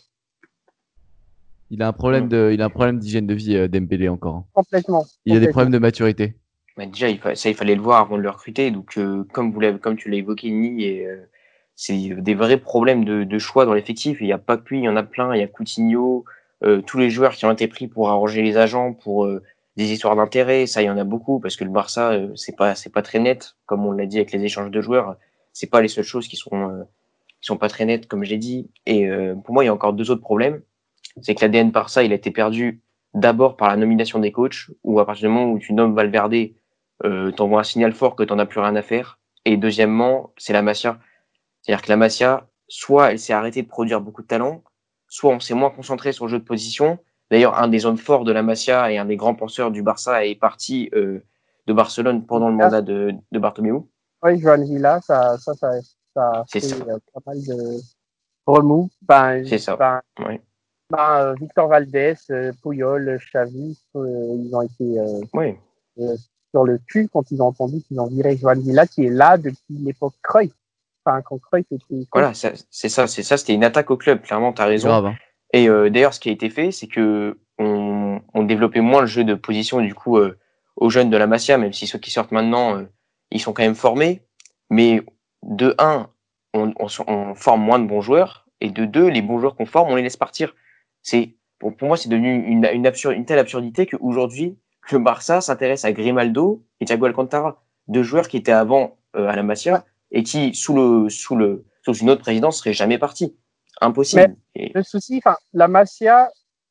Il a un problème Mm. de, il a un problème d'hygiène de vie, euh, Dembélé encore, hein. complètement. Il a des complètement. problèmes de maturité. Bah, déjà, il fa- ça, il fallait le voir avant de le recruter. Donc, euh, comme vous l'avez, comme tu l'as évoqué, Nini, et, euh, c'est des vrais problèmes de, de choix dans l'effectif. Il n'y a pas que lui, il y en a plein. Il y a Coutinho, euh, tous les joueurs qui ont été pris pour arranger les agents, pour euh, des histoires d'intérêt. Ça, il y en a beaucoup parce que le Barça, euh, c'est pas, c'est pas très net, comme on l'a dit avec les échanges de joueurs. C'est pas les seules choses qui sont, euh, qui sont pas très nettes, comme j'ai dit. Et euh, pour moi, il y a encore deux autres problèmes. C'est que l'A D N Barça, il a été perdu d'abord par la nomination des coachs, où à partir du moment où tu nommes Valverde, euh, t'envoies un signal fort que t'en as plus rien à faire. Et deuxièmement, c'est la Masia. C'est-à-dire que la Masia, soit elle s'est arrêtée de produire beaucoup de talent, soit on s'est moins concentré sur le jeu de position. D'ailleurs, un des hommes forts de la Masia et un des grands penseurs du Barça est parti euh, de Barcelone pendant le mandat de, de Bartomeu. Oui, Joan Villa, ça, ça, ça, ça a C'est fait ça. euh, pas mal de remous. Ben, C'est ça. ben, Ouais. ben, euh, Victor Valdés, euh, Puyol, Xavi, euh, ils ont été euh, Ouais. euh, sur le cul quand ils ont entendu qu'ils ont viré Joan Villa, qui est là depuis l'époque Cruyff. Enfin, quand Cruyff était. Voilà, ça, c'est ça, c'est ça. C'était une attaque au club. Clairement, t'as C'est raison. grave, hein. Et euh, d'ailleurs, ce qui a été fait, c'est que on, on développait moins le jeu de position du coup euh, aux jeunes de la Masia, même si ceux qui sortent maintenant, euh, ils sont quand même formés. Mais de un, on, on, on forme moins de bons joueurs, et de deux, les bons joueurs qu'on forme, on les laisse partir. C'est pour, pour moi, c'est devenu une, une, absurde, une telle absurdité qu'aujourd'hui, le Barça s'intéresse à Grimaldo et Thiago Alcantara, deux joueurs qui étaient avant euh, à la Masia et qui, sous le sous le sous une autre présidence, seraient jamais partis. Impossible. Mais le souci, enfin, la Masia,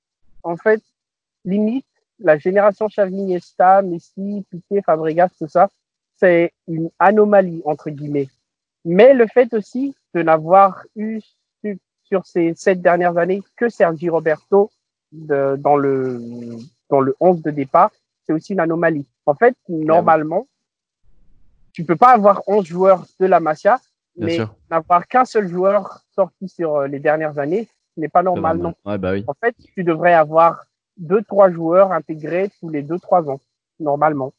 en fait, limite la génération Xavi, Iniesta, Messi, Piqué, Fabregas, tout ça, c'est une anomalie entre guillemets. Mais le fait aussi de n'avoir eu sur ces sept dernières années que Sergi Roberto de, dans le dans le onze de départ, c'est aussi une anomalie. En fait, normalement, tu peux pas avoir onze joueurs de la Masia, Bien mais sûr. n'avoir qu'un seul joueur sorti sur les dernières années, ce n'est pas normal, normal. non. Ouais, bah oui. En fait, tu devrais avoir deux, trois joueurs intégrés tous les deux, trois ans, normalement.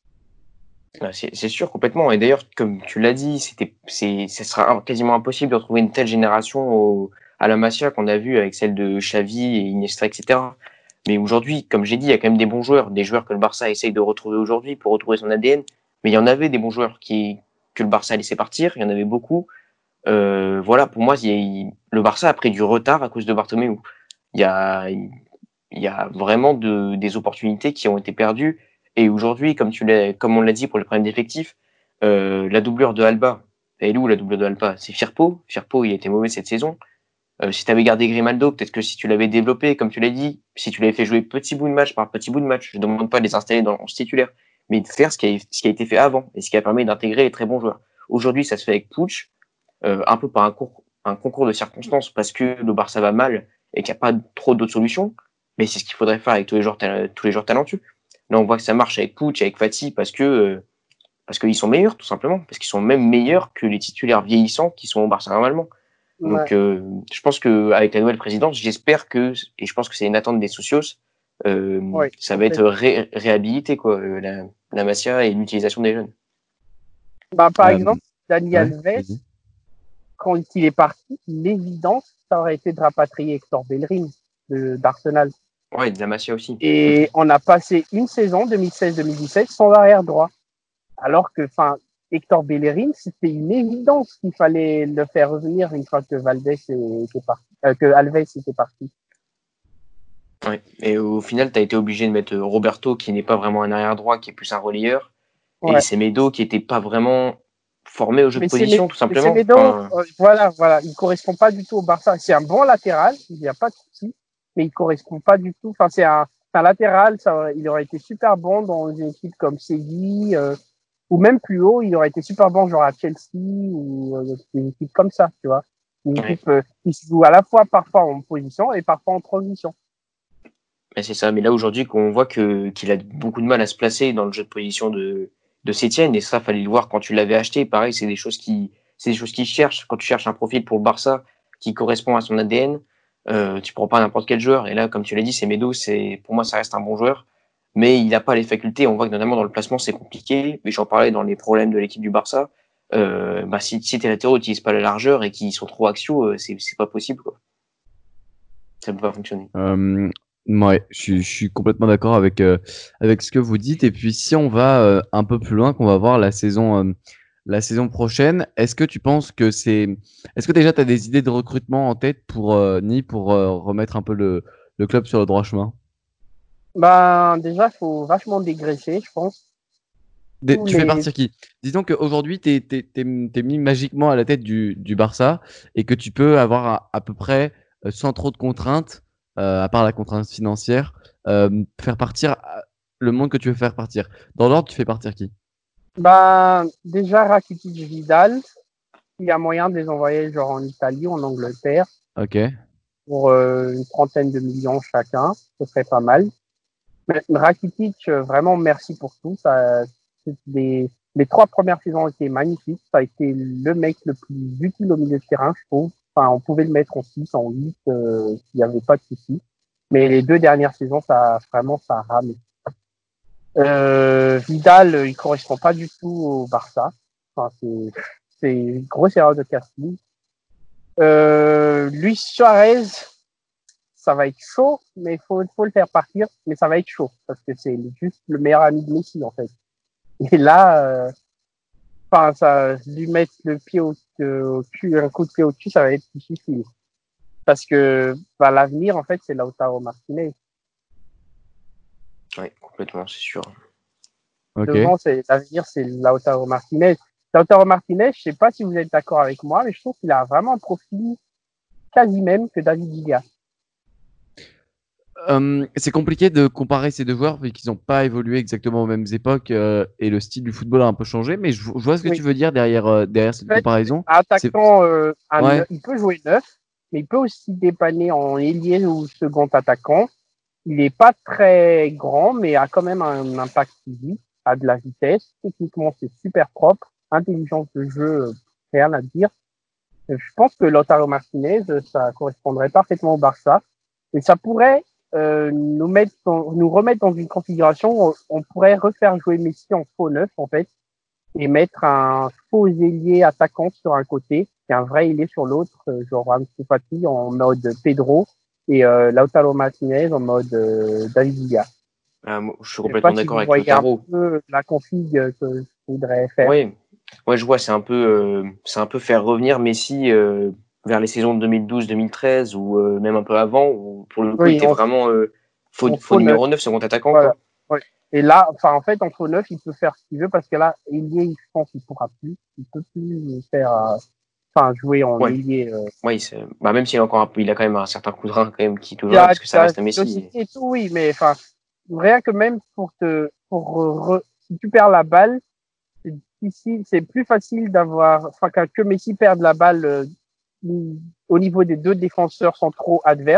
C'est, c'est sûr, complètement. Et d'ailleurs, comme tu l'as dit, c'était, c'est, ce sera quasiment impossible de retrouver une telle génération au, à la Masia qu'on a vu avec celle de Xavi et Iniesta, et cetera. Mais aujourd'hui, comme j'ai dit, il y a quand même des bons joueurs, des joueurs que le Barça essaye de retrouver aujourd'hui pour retrouver son A D N. Mais il y en avait des bons joueurs qui, que le Barça a laissé partir. Il y en avait beaucoup. Euh, voilà, pour moi, il y a, le Barça a pris du retard à cause de Bartomeu. Il y a, il y a vraiment de, des opportunités qui ont été perdues. Et aujourd'hui, comme tu l'as, comme on l'a dit pour le problème d'effectifs, euh, la doublure de Alba, elle est où la doublure de Alba? C'est Firpo. Firpo, il a été mauvais cette saison. Euh, si tu avais gardé Grimaldo, peut-être que si tu l'avais développé, comme tu l'as dit, si tu l'avais fait jouer petit bout de match par petit bout de match, je ne demande pas de les installer dans le onze titulaire, mais de faire ce qui, a, ce qui a été fait avant et ce qui a permis d'intégrer les très bons joueurs. Aujourd'hui, ça se fait avec Puig, euh, un peu par un, cours, un concours de circonstances parce que le Barça va mal et qu'il n'y a pas trop d'autres solutions. mais c'est ce qu'il faudrait faire avec tous les joueurs, tous les joueurs talentueux. Là, on voit que ça marche avec Puig, avec Fati, parce que euh, parce qu'ils sont meilleurs, tout simplement, parce qu'ils sont même meilleurs que les titulaires vieillissants qui sont au Barça normalement. Ouais. Donc, euh, je pense que avec la nouvelle présidence, j'espère que, et je pense que c'est une attente des socios, euh, Ouais, ça va être ré- réhabilité, quoi, euh, la, la Masia et l'utilisation des jeunes. Bah, par Euh, exemple, Dani ouais, Alves, vas-y. quand il est parti, l'évidence, ça aurait été de rapatrier Hector Bellerin de- d'Arsenal. Ouais, de la Masia aussi. Et on a passé une saison, deux mille seize deux mille dix-sept, sans arrière droit. Alors que, enfin, Hector Bellerin, c'était une évidence qu'il fallait le faire revenir une fois que Valdés était parti, euh, que Alves était parti. Ouais. Et au final, tu as été obligé de mettre Roberto, qui n'est pas vraiment un arrière droit, qui est plus un relayeur, Ouais. et Semedo, qui n'était pas vraiment formé au jeu Mais de position, Semedo, tout simplement. Semedo, Enfin, euh, voilà, voilà, il correspond pas du tout au Barça. C'est un bon latéral, il n'y a pas de souci, mais il correspond pas du tout. Enfin, c'est un, c'est un latéral, ça, aurait- il aurait été super bon dans une équipe comme Séville, euh, ou même plus haut, il aurait été super bon genre à Chelsea ou euh, une équipe comme ça, tu vois. Une ouais. équipe euh, qui se joue à la fois parfois en position et parfois en transition. Mais c'est ça. Mais là, aujourd'hui, qu'on voit que, qu'il a beaucoup de mal à se placer dans le jeu de position de, de Sétienne, et ça, fallait le voir quand tu l'avais acheté. Pareil, c'est des choses qui, c'est des choses qu'il cherche. Quand tu cherches un profil pour le Barça qui correspond à son A D N, euh, tu prends pas n'importe quel joueur. Et là, comme tu l'as dit, c'est Medo, c'est, pour moi, ça reste un bon joueur. Mais il n'a pas les facultés. On voit que notamment dans le placement, c'est compliqué. Mais j'en parlais dans les problèmes de l'équipe du Barça. Euh, bah, si, si tes latéraux n'utilisent pas la largeur et qu'ils sont trop axiaux, euh, c'est, c'est pas possible, quoi. Ça peut pas fonctionner. Euh, ouais, je suis, je suis complètement d'accord avec, euh, avec ce que vous dites. Et puis, si on va euh, un peu plus loin, qu'on va voir la saison, euh, la saison prochaine, est-ce que tu penses que c'est. Est-ce que déjà tu as des idées de recrutement en tête pour euh, Ni pour euh, remettre un peu le, le club sur le droit chemin? Ben, déjà, il faut vachement dégraisser, je pense. Des- Tous tu fais les, partir qui? Disons qu'aujourd'hui, tu es, mis magiquement à la tête du, du Barça et que tu peux avoir à, à peu près, euh, sans trop de contraintes, euh, à part la contrainte financière, euh, faire partir euh, le monde que tu veux faire partir. Dans l'ordre, tu fais partir qui? ben, déjà, Rakitic, Vidal, il y a moyen de les envoyer genre en Italie ou en Angleterre Ok. pour euh, une trentaine de millions chacun, ce serait pas mal. Mais Rakitic, euh, vraiment merci pour tout. Ça, c'est des, les trois premières saisons ont été magnifiques. Ça a été le mec le plus utile au milieu de terrain, je trouve. Enfin, on pouvait le mettre en six, en huit, euh, il n'y avait pas de souci. Mais les deux dernières saisons, ça vraiment ça a ramé. Euh, Vidal, euh, il correspond pas du tout au Barça. Enfin, c'est c'est une grosse erreur de casting. Euh, Luis Suarez, ça va être chaud, mais il faut, faut le faire partir. Mais ça va être chaud parce que c'est juste le meilleur ami de Messi en fait. Et là, euh, enfin, ça, lui mettre le pied au, au cul, un coup de pied au cul, ça va être difficile parce que bah, l'avenir en fait, c'est Lautaro Martinez. Ouais, complètement, c'est sûr. Ok. Devant, c'est l'avenir, c'est Lautaro Martinez. Lautaro Martinez, je sais pas si vous êtes d'accord avec moi, mais je trouve qu'il a vraiment un profil quasi même que David Villa. Euh, c'est compliqué de comparer ces deux joueurs vu qu'ils n'ont pas évolué exactement aux mêmes époques euh, et le style du football a un peu changé. Mais je, je vois ce que Oui. tu veux dire derrière, euh, derrière cette En fait, comparaison. attaquant, euh, un Ouais. neuf, il peut jouer neuf, mais il peut aussi dépanner en ailier ou second attaquant. Il n'est pas très grand, mais a quand même un impact physique, a de la vitesse. Techniquement, c'est super propre. Intelligence de jeu, rien à dire. Je pense que Lautaro Martinez, ça correspondrait parfaitement au Barça. Et ça pourrait euh, nous mettre, dans, nous remettre dans une configuration où on pourrait refaire jouer Messi en faux neuf, en fait, et mettre un faux ailier attaquant sur un côté et un vrai ailier sur l'autre, euh, genre Ansu Fati en mode Pedro et euh, Lautaro Martinez en mode euh, David Villa. Ah, moi, je suis Je sais pas complètement si d'accord vous avec voyez un Lautaro. peu la config que je voudrais faire. Oui, ouais, je vois, c'est un peu, euh, c'est un peu faire revenir Messi euh, vers les saisons de deux mille douze deux mille treize ou euh, même un peu avant, où pour le coup, il Oui, était on, vraiment euh, faux, on faux faux neuf. numéro neuf, second attaquant, Voilà. quoi. Ouais. Et là, enfin, en fait, en faux neuf, il peut faire ce qu'il veut parce que là, ailier, je pense qu'il pourra plus. Il peut plus faire, euh, enfin, jouer en Ouais. ailier. Euh. Ouais, c'est- bah, même s'il a encore un peu, il a quand même un certain coup de rein quand même qui est toujours Il là, a, parce que il ça a reste un la Messi. vélocité et tout, oui, mais enfin, rien que même pour te, pour re, si tu perds la balle, c'est difficile, c'est plus facile d'avoir, enfin, que Messi perde la balle euh, au niveau des deux défenseurs centraux adverses.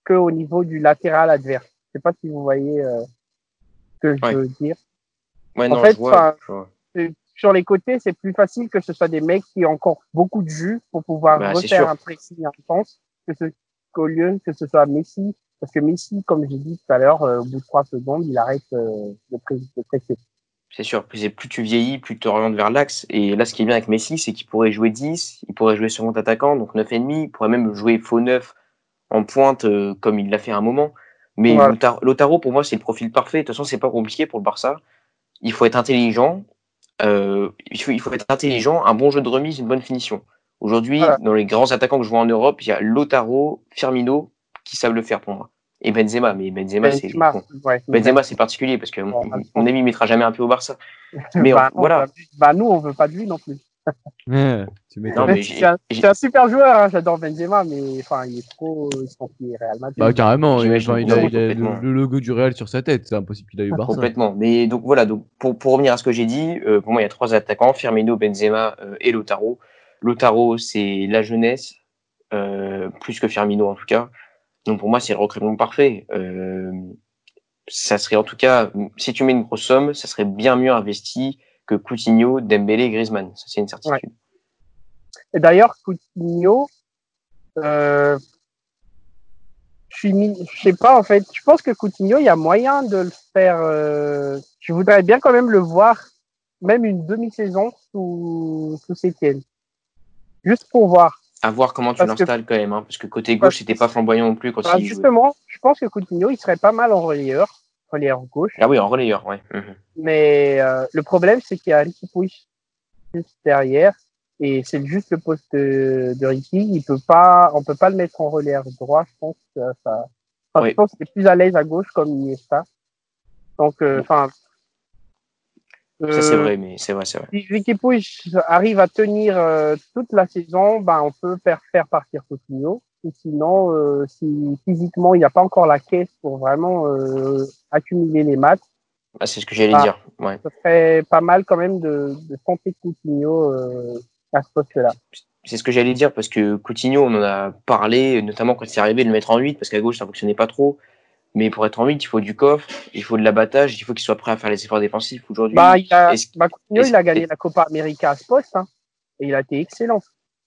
qu'au niveau du latéral adverse. Je sais pas si vous voyez euh, ce que je Ouais. veux dire. Ouais, En non, fait, je vois, je vois. c'est- sur les côtés, c'est plus facile que ce soit des mecs qui ont encore beaucoup de jus pour pouvoir Bah, c'est refaire sûr. un pressing intense, que ce, qu'au lieu que ce soit Messi. Parce que Messi, comme j'ai dit tout à l'heure, euh, au bout de trois secondes, il arrête euh, de, pré- de presser. C'est sûr. Puis c'est plus tu vieillis, plus tu t'orientes vers l'axe. Et là, ce qui est bien avec Messi, c'est qu'il pourrait jouer dix, il pourrait jouer second attaquant, donc neuf et demi, il pourrait même jouer faux neuf en pointe, euh, comme il l'a fait à un moment. Mais Voilà. Lautaro, Lautaro, pour moi, c'est le profil parfait. De toute façon, c'est pas compliqué pour le Barça. Il faut être intelligent. Euh, il faut, il faut être intelligent, un bon jeu de remise, une bonne finition. Aujourd'hui, Voilà. dans les grands attaquants que je vois en Europe, il y a Lautaro, Firmino qui savent le faire pour moi. Et Benzema, mais Benzema, c'est Benzema, bon. ouais, Benzema, c'est particulier parce que mon, on a le mon temps. ami il mettra jamais un pied au Barça. Mais en- Bah, non, voilà. bah, bah, nous, on veut pas de lui non plus. Ouais, tu Non, m'étonnes. mais C'est un, j'ai- c'est un super joueur, hein, j'adore Benzema, mais enfin, il est trop, il se confie Real Bah Madrid. carrément, et, j'imagine, enfin, il non, a, mais il a le, complètement. le logo du Real sur sa tête, c'est impossible qu'il aille au Barça. Complètement. Mais donc voilà, donc pour, pour revenir à ce que j'ai dit, euh, pour moi il y a trois attaquants, Firmino, Benzema euh, et Lautaro. Lautaro, c'est la jeunesse, euh, plus que Firmino en tout cas. Donc pour moi c'est le recrutement parfait. Euh, ça serait en tout cas, si tu mets une grosse somme, ça serait bien mieux investi que Coutinho, Dembélé et Griezmann. Ça c'est une certitude. Et d'ailleurs, Coutinho, euh, je suis mis, je sais pas en fait. Je pense que Coutinho, il y a moyen de le faire. Euh, je voudrais bien quand même le voir, même une demi-saison sous sous Sétienne, juste pour voir. À voir comment tu Parce que, l'installes quand même, hein, parce que côté parce gauche que c'était pas flamboyant non plus quand bah, il jouait. justement, je pense que Coutinho, il serait pas mal en relayeur, relayeur gauche. Ah oui, en relayeur, ouais. Mhm. Mais euh, le problème, c'est qu'il y a Ricky Puig juste derrière. Et c'est juste le poste de, de Ricky. Il peut pas, on peut pas le mettre en relayeur droit. Je pense que ça, enfin, Oui. je pense qu'il est plus à l'aise à gauche comme Iniesta. Donc, enfin, euh, Ça c'est euh, vrai, mais c'est vrai, c'est vrai. si Ricky Puig arrive à tenir euh, toute la saison, ben on peut faire faire partir Coutinho. Ou sinon, euh, si physiquement il n'y a pas encore la caisse pour vraiment euh, accumuler les matchs, Ah, c'est ce que j'allais bah, dire. Ouais. ça serait pas mal quand même de, de tenter Coutinho euh, à ce poste-là. C'est ce que j'allais dire parce que Coutinho, on en a parlé, notamment quand c'est arrivé de le mettre en huit, parce qu'à gauche ça fonctionnait pas trop. Mais pour être en huit, il faut du coffre, il faut de l'abattage, il faut qu'il soit prêt à faire les efforts défensifs. Aujourd'hui, Bah, il a, est-ce, bah, Coutinho, est-ce, il a gagné la Copa América à ce poste, hein, et il a été excellent.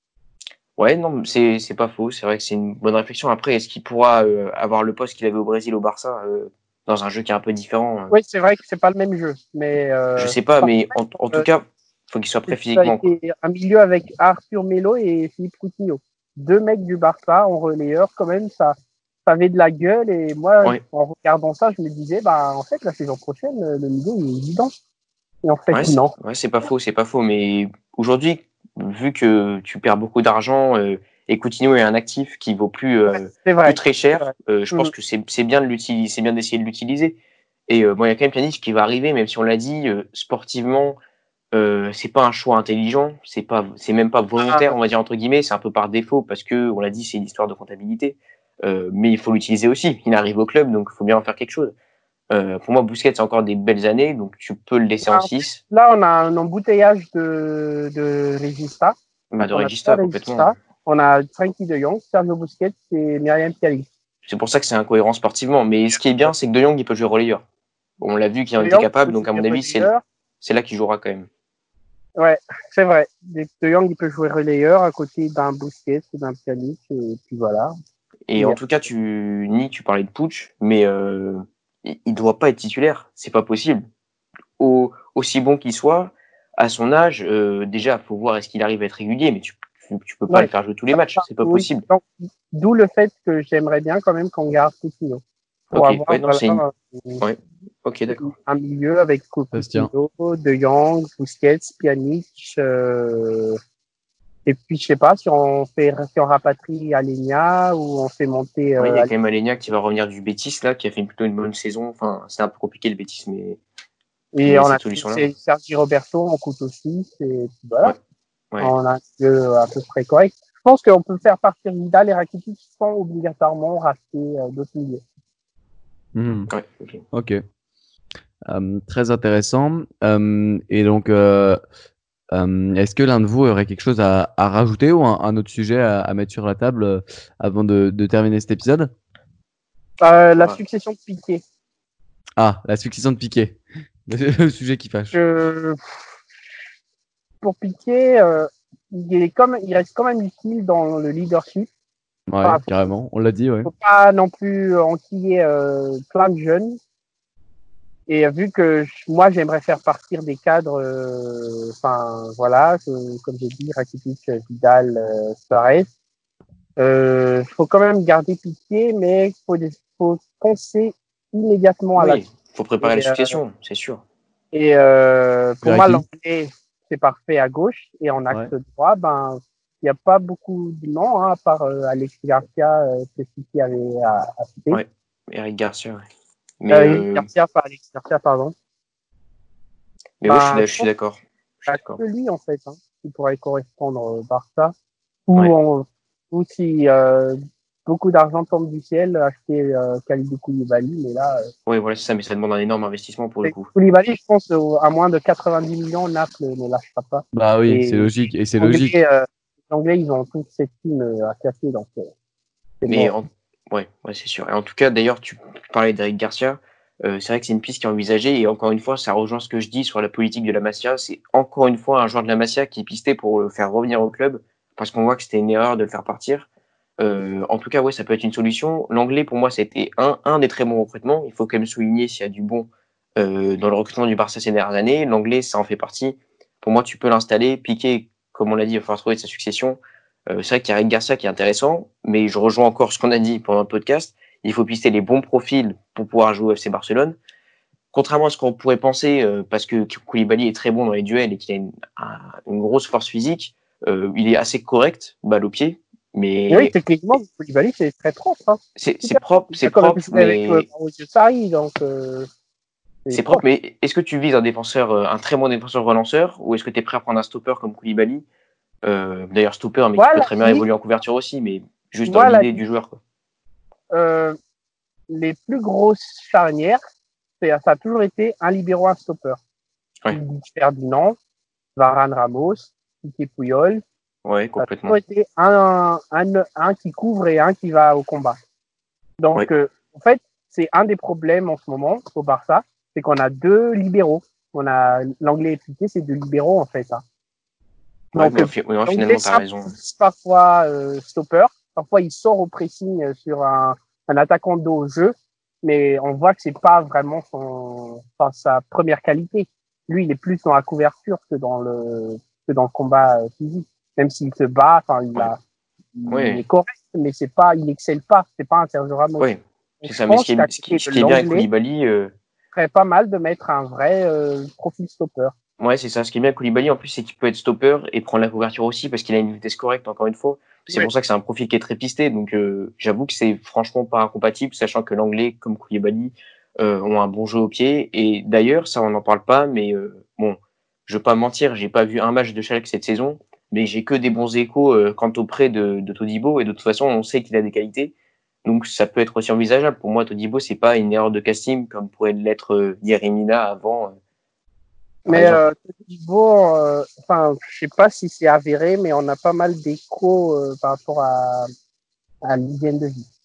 ouais, non, c'est, c'est pas faux. C'est vrai que c'est une bonne réflexion. Après, est-ce qu'il pourra euh, avoir le poste qu'il avait au Brésil, au Barça, euh, dans un jeu qui est un peu différent euh, Oui, c'est vrai que c'est pas le même jeu, mais euh, Je sais pas, par mais en, en tout euh, cas, faut qu'il soit prêt ça a physiquement, quoi. été un milieu avec Arthur Melo et Philippe Coutinho. Deux mecs du Barça en relayeur, quand même, ça, ça avait de la gueule. Et moi, Ouais. en regardant ça, je me disais, bah, en fait, la saison prochaine, le milieu il est évident. Et en fait, Ouais, c'est, non. ouais, c'est pas faux, c'est pas faux. Mais aujourd'hui, vu que tu perds beaucoup d'argent euh, et Coutinho est un actif qui vaut plus, euh, C'est vrai. plus très C'est cher, vrai. euh, je pense Mhm. que c'est, c'est bien de l'utiliser, c'est bien d'essayer de l'utiliser. Et euh, bon, il y a quand même Pjanic qui va arriver, même si on l'a dit, euh, sportivement, euh, c'est pas un choix intelligent, c'est pas, c'est même pas volontaire, Ah, on va dire entre guillemets, c'est un peu par défaut parce que on l'a dit, c'est une histoire de comptabilité. Euh, mais il faut l'utiliser aussi. Il arrive au club, donc il faut bien en faire quelque chose. Euh, pour moi, Busquets, c'est encore des belles années, donc tu peux le laisser en bah, six. là, on a un embouteillage de, de Regista. Bah, de On a Regista, trois complètement. Regista. On a Frankie de Jong, Sergio Busquets et Myriam Pjanic. C'est pour ça que c'est incohérent sportivement. Mais ce qui est bien, c'est que De Jong, il peut jouer relayeur. On l'a vu qu'il en De était Jong capable, peut donc à jouer mon avis, c'est, relayeur. c'est là qu'il jouera quand même. Ouais, c'est vrai. De Jong, il peut jouer relayeur à côté d'un Busquets ou d'un Pjanic. Et puis voilà. Et Yeah. en tout cas, tu, Ni, tu parlais de Puig, mais euh, il ne doit pas être titulaire. C'est pas possible. Au, aussi bon qu'il soit, à son âge, euh, déjà, faut voir est-ce qu'il arrive à être régulier, mais tu, tu, tu peux pas Ouais. le faire jouer tous les matchs. C'est pas Oui. possible. Donc, d'où le fait que j'aimerais bien quand même qu'on garde Coutinho. Pour Ok, avoir ouais, non, c'est une... voilà, ouais. Ok, d'accord. un milieu avec Ça se tient. Coutinho, De Jong, Busquets, Pjanic. Euh, et puis, je sais pas, si on fait, si on rapatrie Alenia ou on fait monter. Oui, il y Euh, a quand même Alenia qui va revenir du Betis, là, qui a fait plutôt une bonne saison. Enfin, c'est un peu compliqué le Betis, mais il et y a on a cette solution-là. Sergi Roberto en couteau suisse. Et puis voilà. Ouais. Ouais. On a un jeu à peu près correct. Je pense qu'on peut faire partir Vidal et Rakitic sans obligatoirement racheter euh, d'autres milieux. Mhm. Ouais, ok. Ok. Euh, très intéressant. Euh, et donc, euh, euh, est-ce que l'un de vous aurait quelque chose à, à rajouter ou un, un autre sujet à, à mettre sur la table euh, avant de, de terminer cet épisode? Euh, la Ouais. succession de Piqué. Ah, la succession de Piqué. Le sujet qui fâche. Je... Pour Piqué, euh, il, est comme... il reste quand même utile dans le leadership. Ouais, Enfin, carrément. On l'a dit, ouais. faut pas non plus enquiller euh, plein de jeunes. Et vu que je- moi, j'aimerais faire partir des cadres, euh, enfin, voilà, que- comme j'ai dit, Rakitic, Vidal, euh, Suarez. Euh, faut quand même garder Piqué, mais faut, des- faut penser immédiatement à la Oui, il faut préparer la Et, euh, succession, c'est sûr. et euh, pour moi, Verratti. l'anglais, c'est parfait à gauche. Et en axe Ouais. droit, ben, il n'y a pas beaucoup de noms, hein, à part euh, Alexis Garcia, euh, que City avait à, à citer. Ouais, Eric Garcia. Ouais. Mais, Euh, Eric euh, Garcia, pas Alexis Garcia, pardon. mais ouais, je suis, Ben, je je suis pense d'accord. Je suis qu'il n'y a d'accord. que lui, en fait, hein, qui pourrait correspondre au Barça. Ou, Ouais. on, ou si euh, beaucoup d'argent tombe du ciel, acheter euh, Kalidou Koulibaly, mais là, euh, Ouais, voilà, c'est ça, mais ça demande un énorme investissement pour le coup. Koulibaly, je pense, euh, à moins de quatre-vingt-dix millions, Naples ne lâchera pas. Bah oui, c'est Et logique. Et c'est les Anglais, logique. euh, les Anglais, ils ont toute cette thune euh, à casser, donc euh, c'est Mais mort. en... ouais, ouais, c'est sûr. Et en tout cas, d'ailleurs, tu, tu parlais d'Eric Garcia. Euh, c'est vrai que c'est une piste qui est envisagée. Et encore une fois, ça rejoint ce que je dis sur la politique de la Masia. C'est encore une fois un joueur de la Masia qui est pisté pour le faire revenir au club parce qu'on voit que c'était une erreur de le faire partir. Euh, en tout cas, ouais, ça peut être une solution. L'anglais, pour moi, c'était un, un des très bons recrutements. Il faut quand même souligner s'il y a du bon euh, dans le recrutement du Barça ces dernières années. L'anglais, ça en fait partie. Pour moi, tu peux l'installer. Piqué, comme on l'a dit, il va falloir trouver sa succession. Euh, c'est vrai qu'il y a Eric Garcia qui est intéressant, mais je rejoins encore ce qu'on a dit pendant le podcast. Il faut pister les bons profils pour pouvoir jouer au F C Barcelone. Contrairement à ce qu'on pourrait penser, euh, parce que Koulibaly est très bon dans les duels et qu'il a une, un, une grosse force physique, euh, il est assez correct, balle au pied, Et oui, mais techniquement, Koulibaly, c'est très propre. Hein. c'est, c'est Super. propre, Il c'est a quand même propre, joué avec euh, mais Mauricio Sarri, donc euh, c'est c'est propre. propre. Mais est-ce que tu vises un défenseur, euh, un très bon défenseur relanceur, ou est-ce que tu es prêt à prendre un stopper comme Koulibaly, euh, d'ailleurs stopper, mais qui Moi, peut la très bien limite, évoluer en couverture aussi, mais juste dans moi, la l'idée du limite, joueur, quoi. euh, les plus grosses charnières, c'est, ça a toujours été un libéro, un stopper. Ouais. Ferdinand, Varane Ramos, Piqué Puyol. Ouais, Ça a complètement. toujours été un, un, un qui couvre et un qui va au combat. Donc, Ouais. euh, en fait, c'est un des problèmes en ce moment au Barça, c'est qu'on a deux libéraux. On a l'anglais et Piqué, c'est deux libéraux en fait. Hein. Ouais, Donc, mais euh, au fi- ouais, l'anglais finalement, t'as raison. s'improvise parfois euh, stopper, parfois il sort au pressing sur un, un attaquant de dos au jeu, mais on voit que c'est pas vraiment son, enfin, sa première qualité. Lui, il est plus dans la couverture que dans le que dans le combat euh, physique. Même s'il se bat, enfin, il Ouais. a, il Ouais. est correct, mais c'est pas, il excelle pas. C'est pas un Sergio Ramos. Ouais, Donc, c'est je ça. Mais ce qui pense qu'à est, ce qui, côté ce de qui est bien avec l'anglais, Koulibaly, euh, ce serait pas mal de mettre un vrai euh, profil stopper. ouais, c'est ça. Ce qui est bien avec Koulibaly, en plus, c'est qu'il peut être stopper et prendre la couverture aussi parce qu'il a une vitesse correcte, encore une fois. C'est Ouais. pour ça que c'est un profil qui est très pisté. Donc, euh, j'avoue que c'est franchement pas incompatible, sachant que l'anglais, comme Koulibaly, euh, ont un bon jeu au pied. Et d'ailleurs, ça, on n'en parle pas, mais euh, bon, je veux pas mentir, j'ai pas vu un match de Schalke cette saison, mais j'ai que des bons échos euh, quant au prêt de, de Todibo. Et de toute façon, on sait qu'il a des qualités. Donc, ça peut être aussi envisageable. Pour moi, Todibo, c'est pas une erreur de casting comme pourrait l'être euh, Yeremina avant. Euh, par Mais exemple. euh, Todibo, euh, enfin, je sais pas si c'est avéré, mais on a pas mal d'échos euh, par rapport à, à l'hygiène de vie.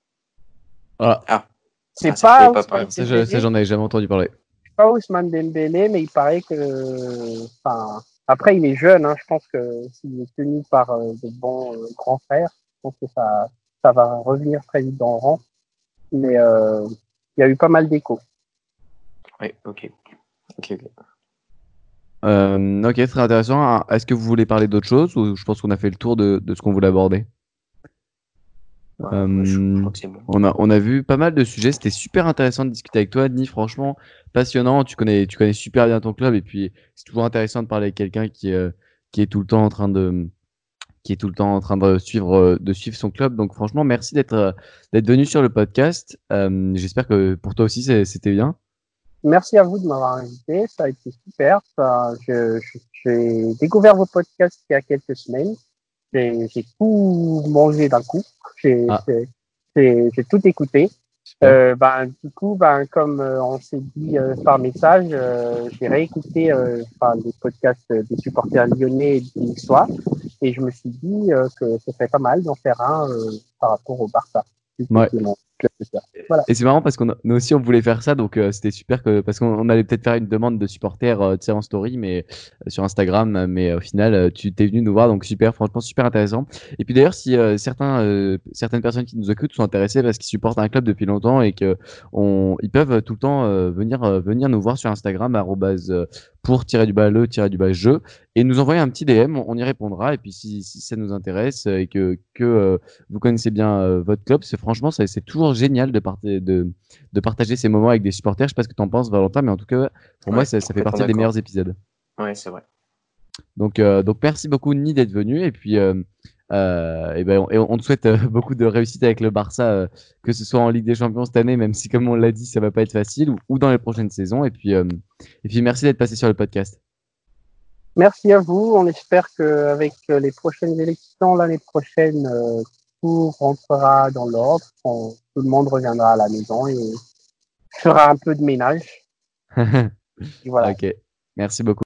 Voilà. Ah, C'est ah, ça, je savais pas pas, par Ousmane exemple. Ça, je- ça, Dembélé, j'en avais jamais entendu parler. c'est pas Ousmane Dembélé, mais il paraît que, enfin, après il est jeune, hein, je pense que s'il est tenu par euh, de bons euh, grands frères, je pense que ça, ça va revenir très vite dans le rang. Mais euh, il y a eu pas mal d'échos. Oui, ok. Ok, ok. Euh, ok, très intéressant. Ah, est-ce que vous voulez parler d'autre chose ou je pense qu'on a fait le tour de, de ce qu'on voulait aborder? Bah, Euh, ouais, je, je crois que c'est bon. on a, on a vu pas mal de sujets. C'était super intéressant de discuter avec toi, Denis. Franchement, passionnant. Tu connais, tu connais super bien ton club et puis c'est toujours intéressant de parler avec quelqu'un qui, euh, qui est tout le temps en train de, qui est tout le temps en train de suivre, euh, de suivre son club. Donc franchement, merci d'être, euh, d'être venu sur le podcast. Euh, j'espère que pour toi aussi c'est- c'était bien. Merci à vous de m'avoir invité, ça a été super. Ça, je, je- j'ai découvert vos podcasts il y a quelques semaines. J'ai, j'ai tout mangé d'un coup. J'ai, Ah, j'ai, j'ai, j'ai tout écouté. super. Euh, ben, du coup, ben, comme euh, on s'est dit euh, par message, euh, j'ai réécouté euh, enfin, les podcasts des supporters lyonnais et du soir, et je me suis dit euh, que ce serait pas mal d'en faire un euh, par rapport au Barça, vu que Ouais. c'est mon club de cœur. Voilà. Et c'est marrant parce qu'on a- nous aussi on voulait faire ça, donc euh, c'était super que parce qu'on on allait peut-être faire une demande de supporters euh, tu sais, en story, mais euh, sur Instagram, mais euh, au final euh, tu t'es venu nous voir, donc super, franchement super intéressant. Et puis d'ailleurs si euh, certains euh, certaines personnes qui nous écoutent sont intéressées parce qu'ils supportent un club depuis longtemps et que on ils peuvent tout le temps euh, venir euh, venir nous voir sur Instagram arrobase, euh, pour tirer du bas le tirer du bas jeu et nous envoyer un petit D M, on, on y répondra et puis si, si ça nous intéresse euh, et que que euh, vous connaissez bien euh, votre club, c'est franchement ça- c'est toujours génial de, parta- de, de partager ces moments avec des supporters. Je sais pas ce que tu en penses, Valentin, mais en tout cas, pour moi, Ouais, ça, ça fait complètement partie des d'accord. meilleurs épisodes. Ouais, c'est vrai. Donc, euh, donc merci beaucoup, Ni, d'être venu. Et puis, euh, euh, et ben, on, et on te souhaite euh, beaucoup de réussite avec le Barça, euh, que ce soit en Ligue des Champions cette année, même si, comme on l'a dit, ça va pas être facile, ou, ou dans les prochaines saisons. Et puis, euh, et puis merci d'être passé sur le podcast. Merci à vous. On espère qu'avec les prochaines élections l'année prochaine, euh, tout rentrera dans l'ordre. On- tout le monde reviendra à la maison et fera un peu de ménage. Et voilà. Ok, merci beaucoup.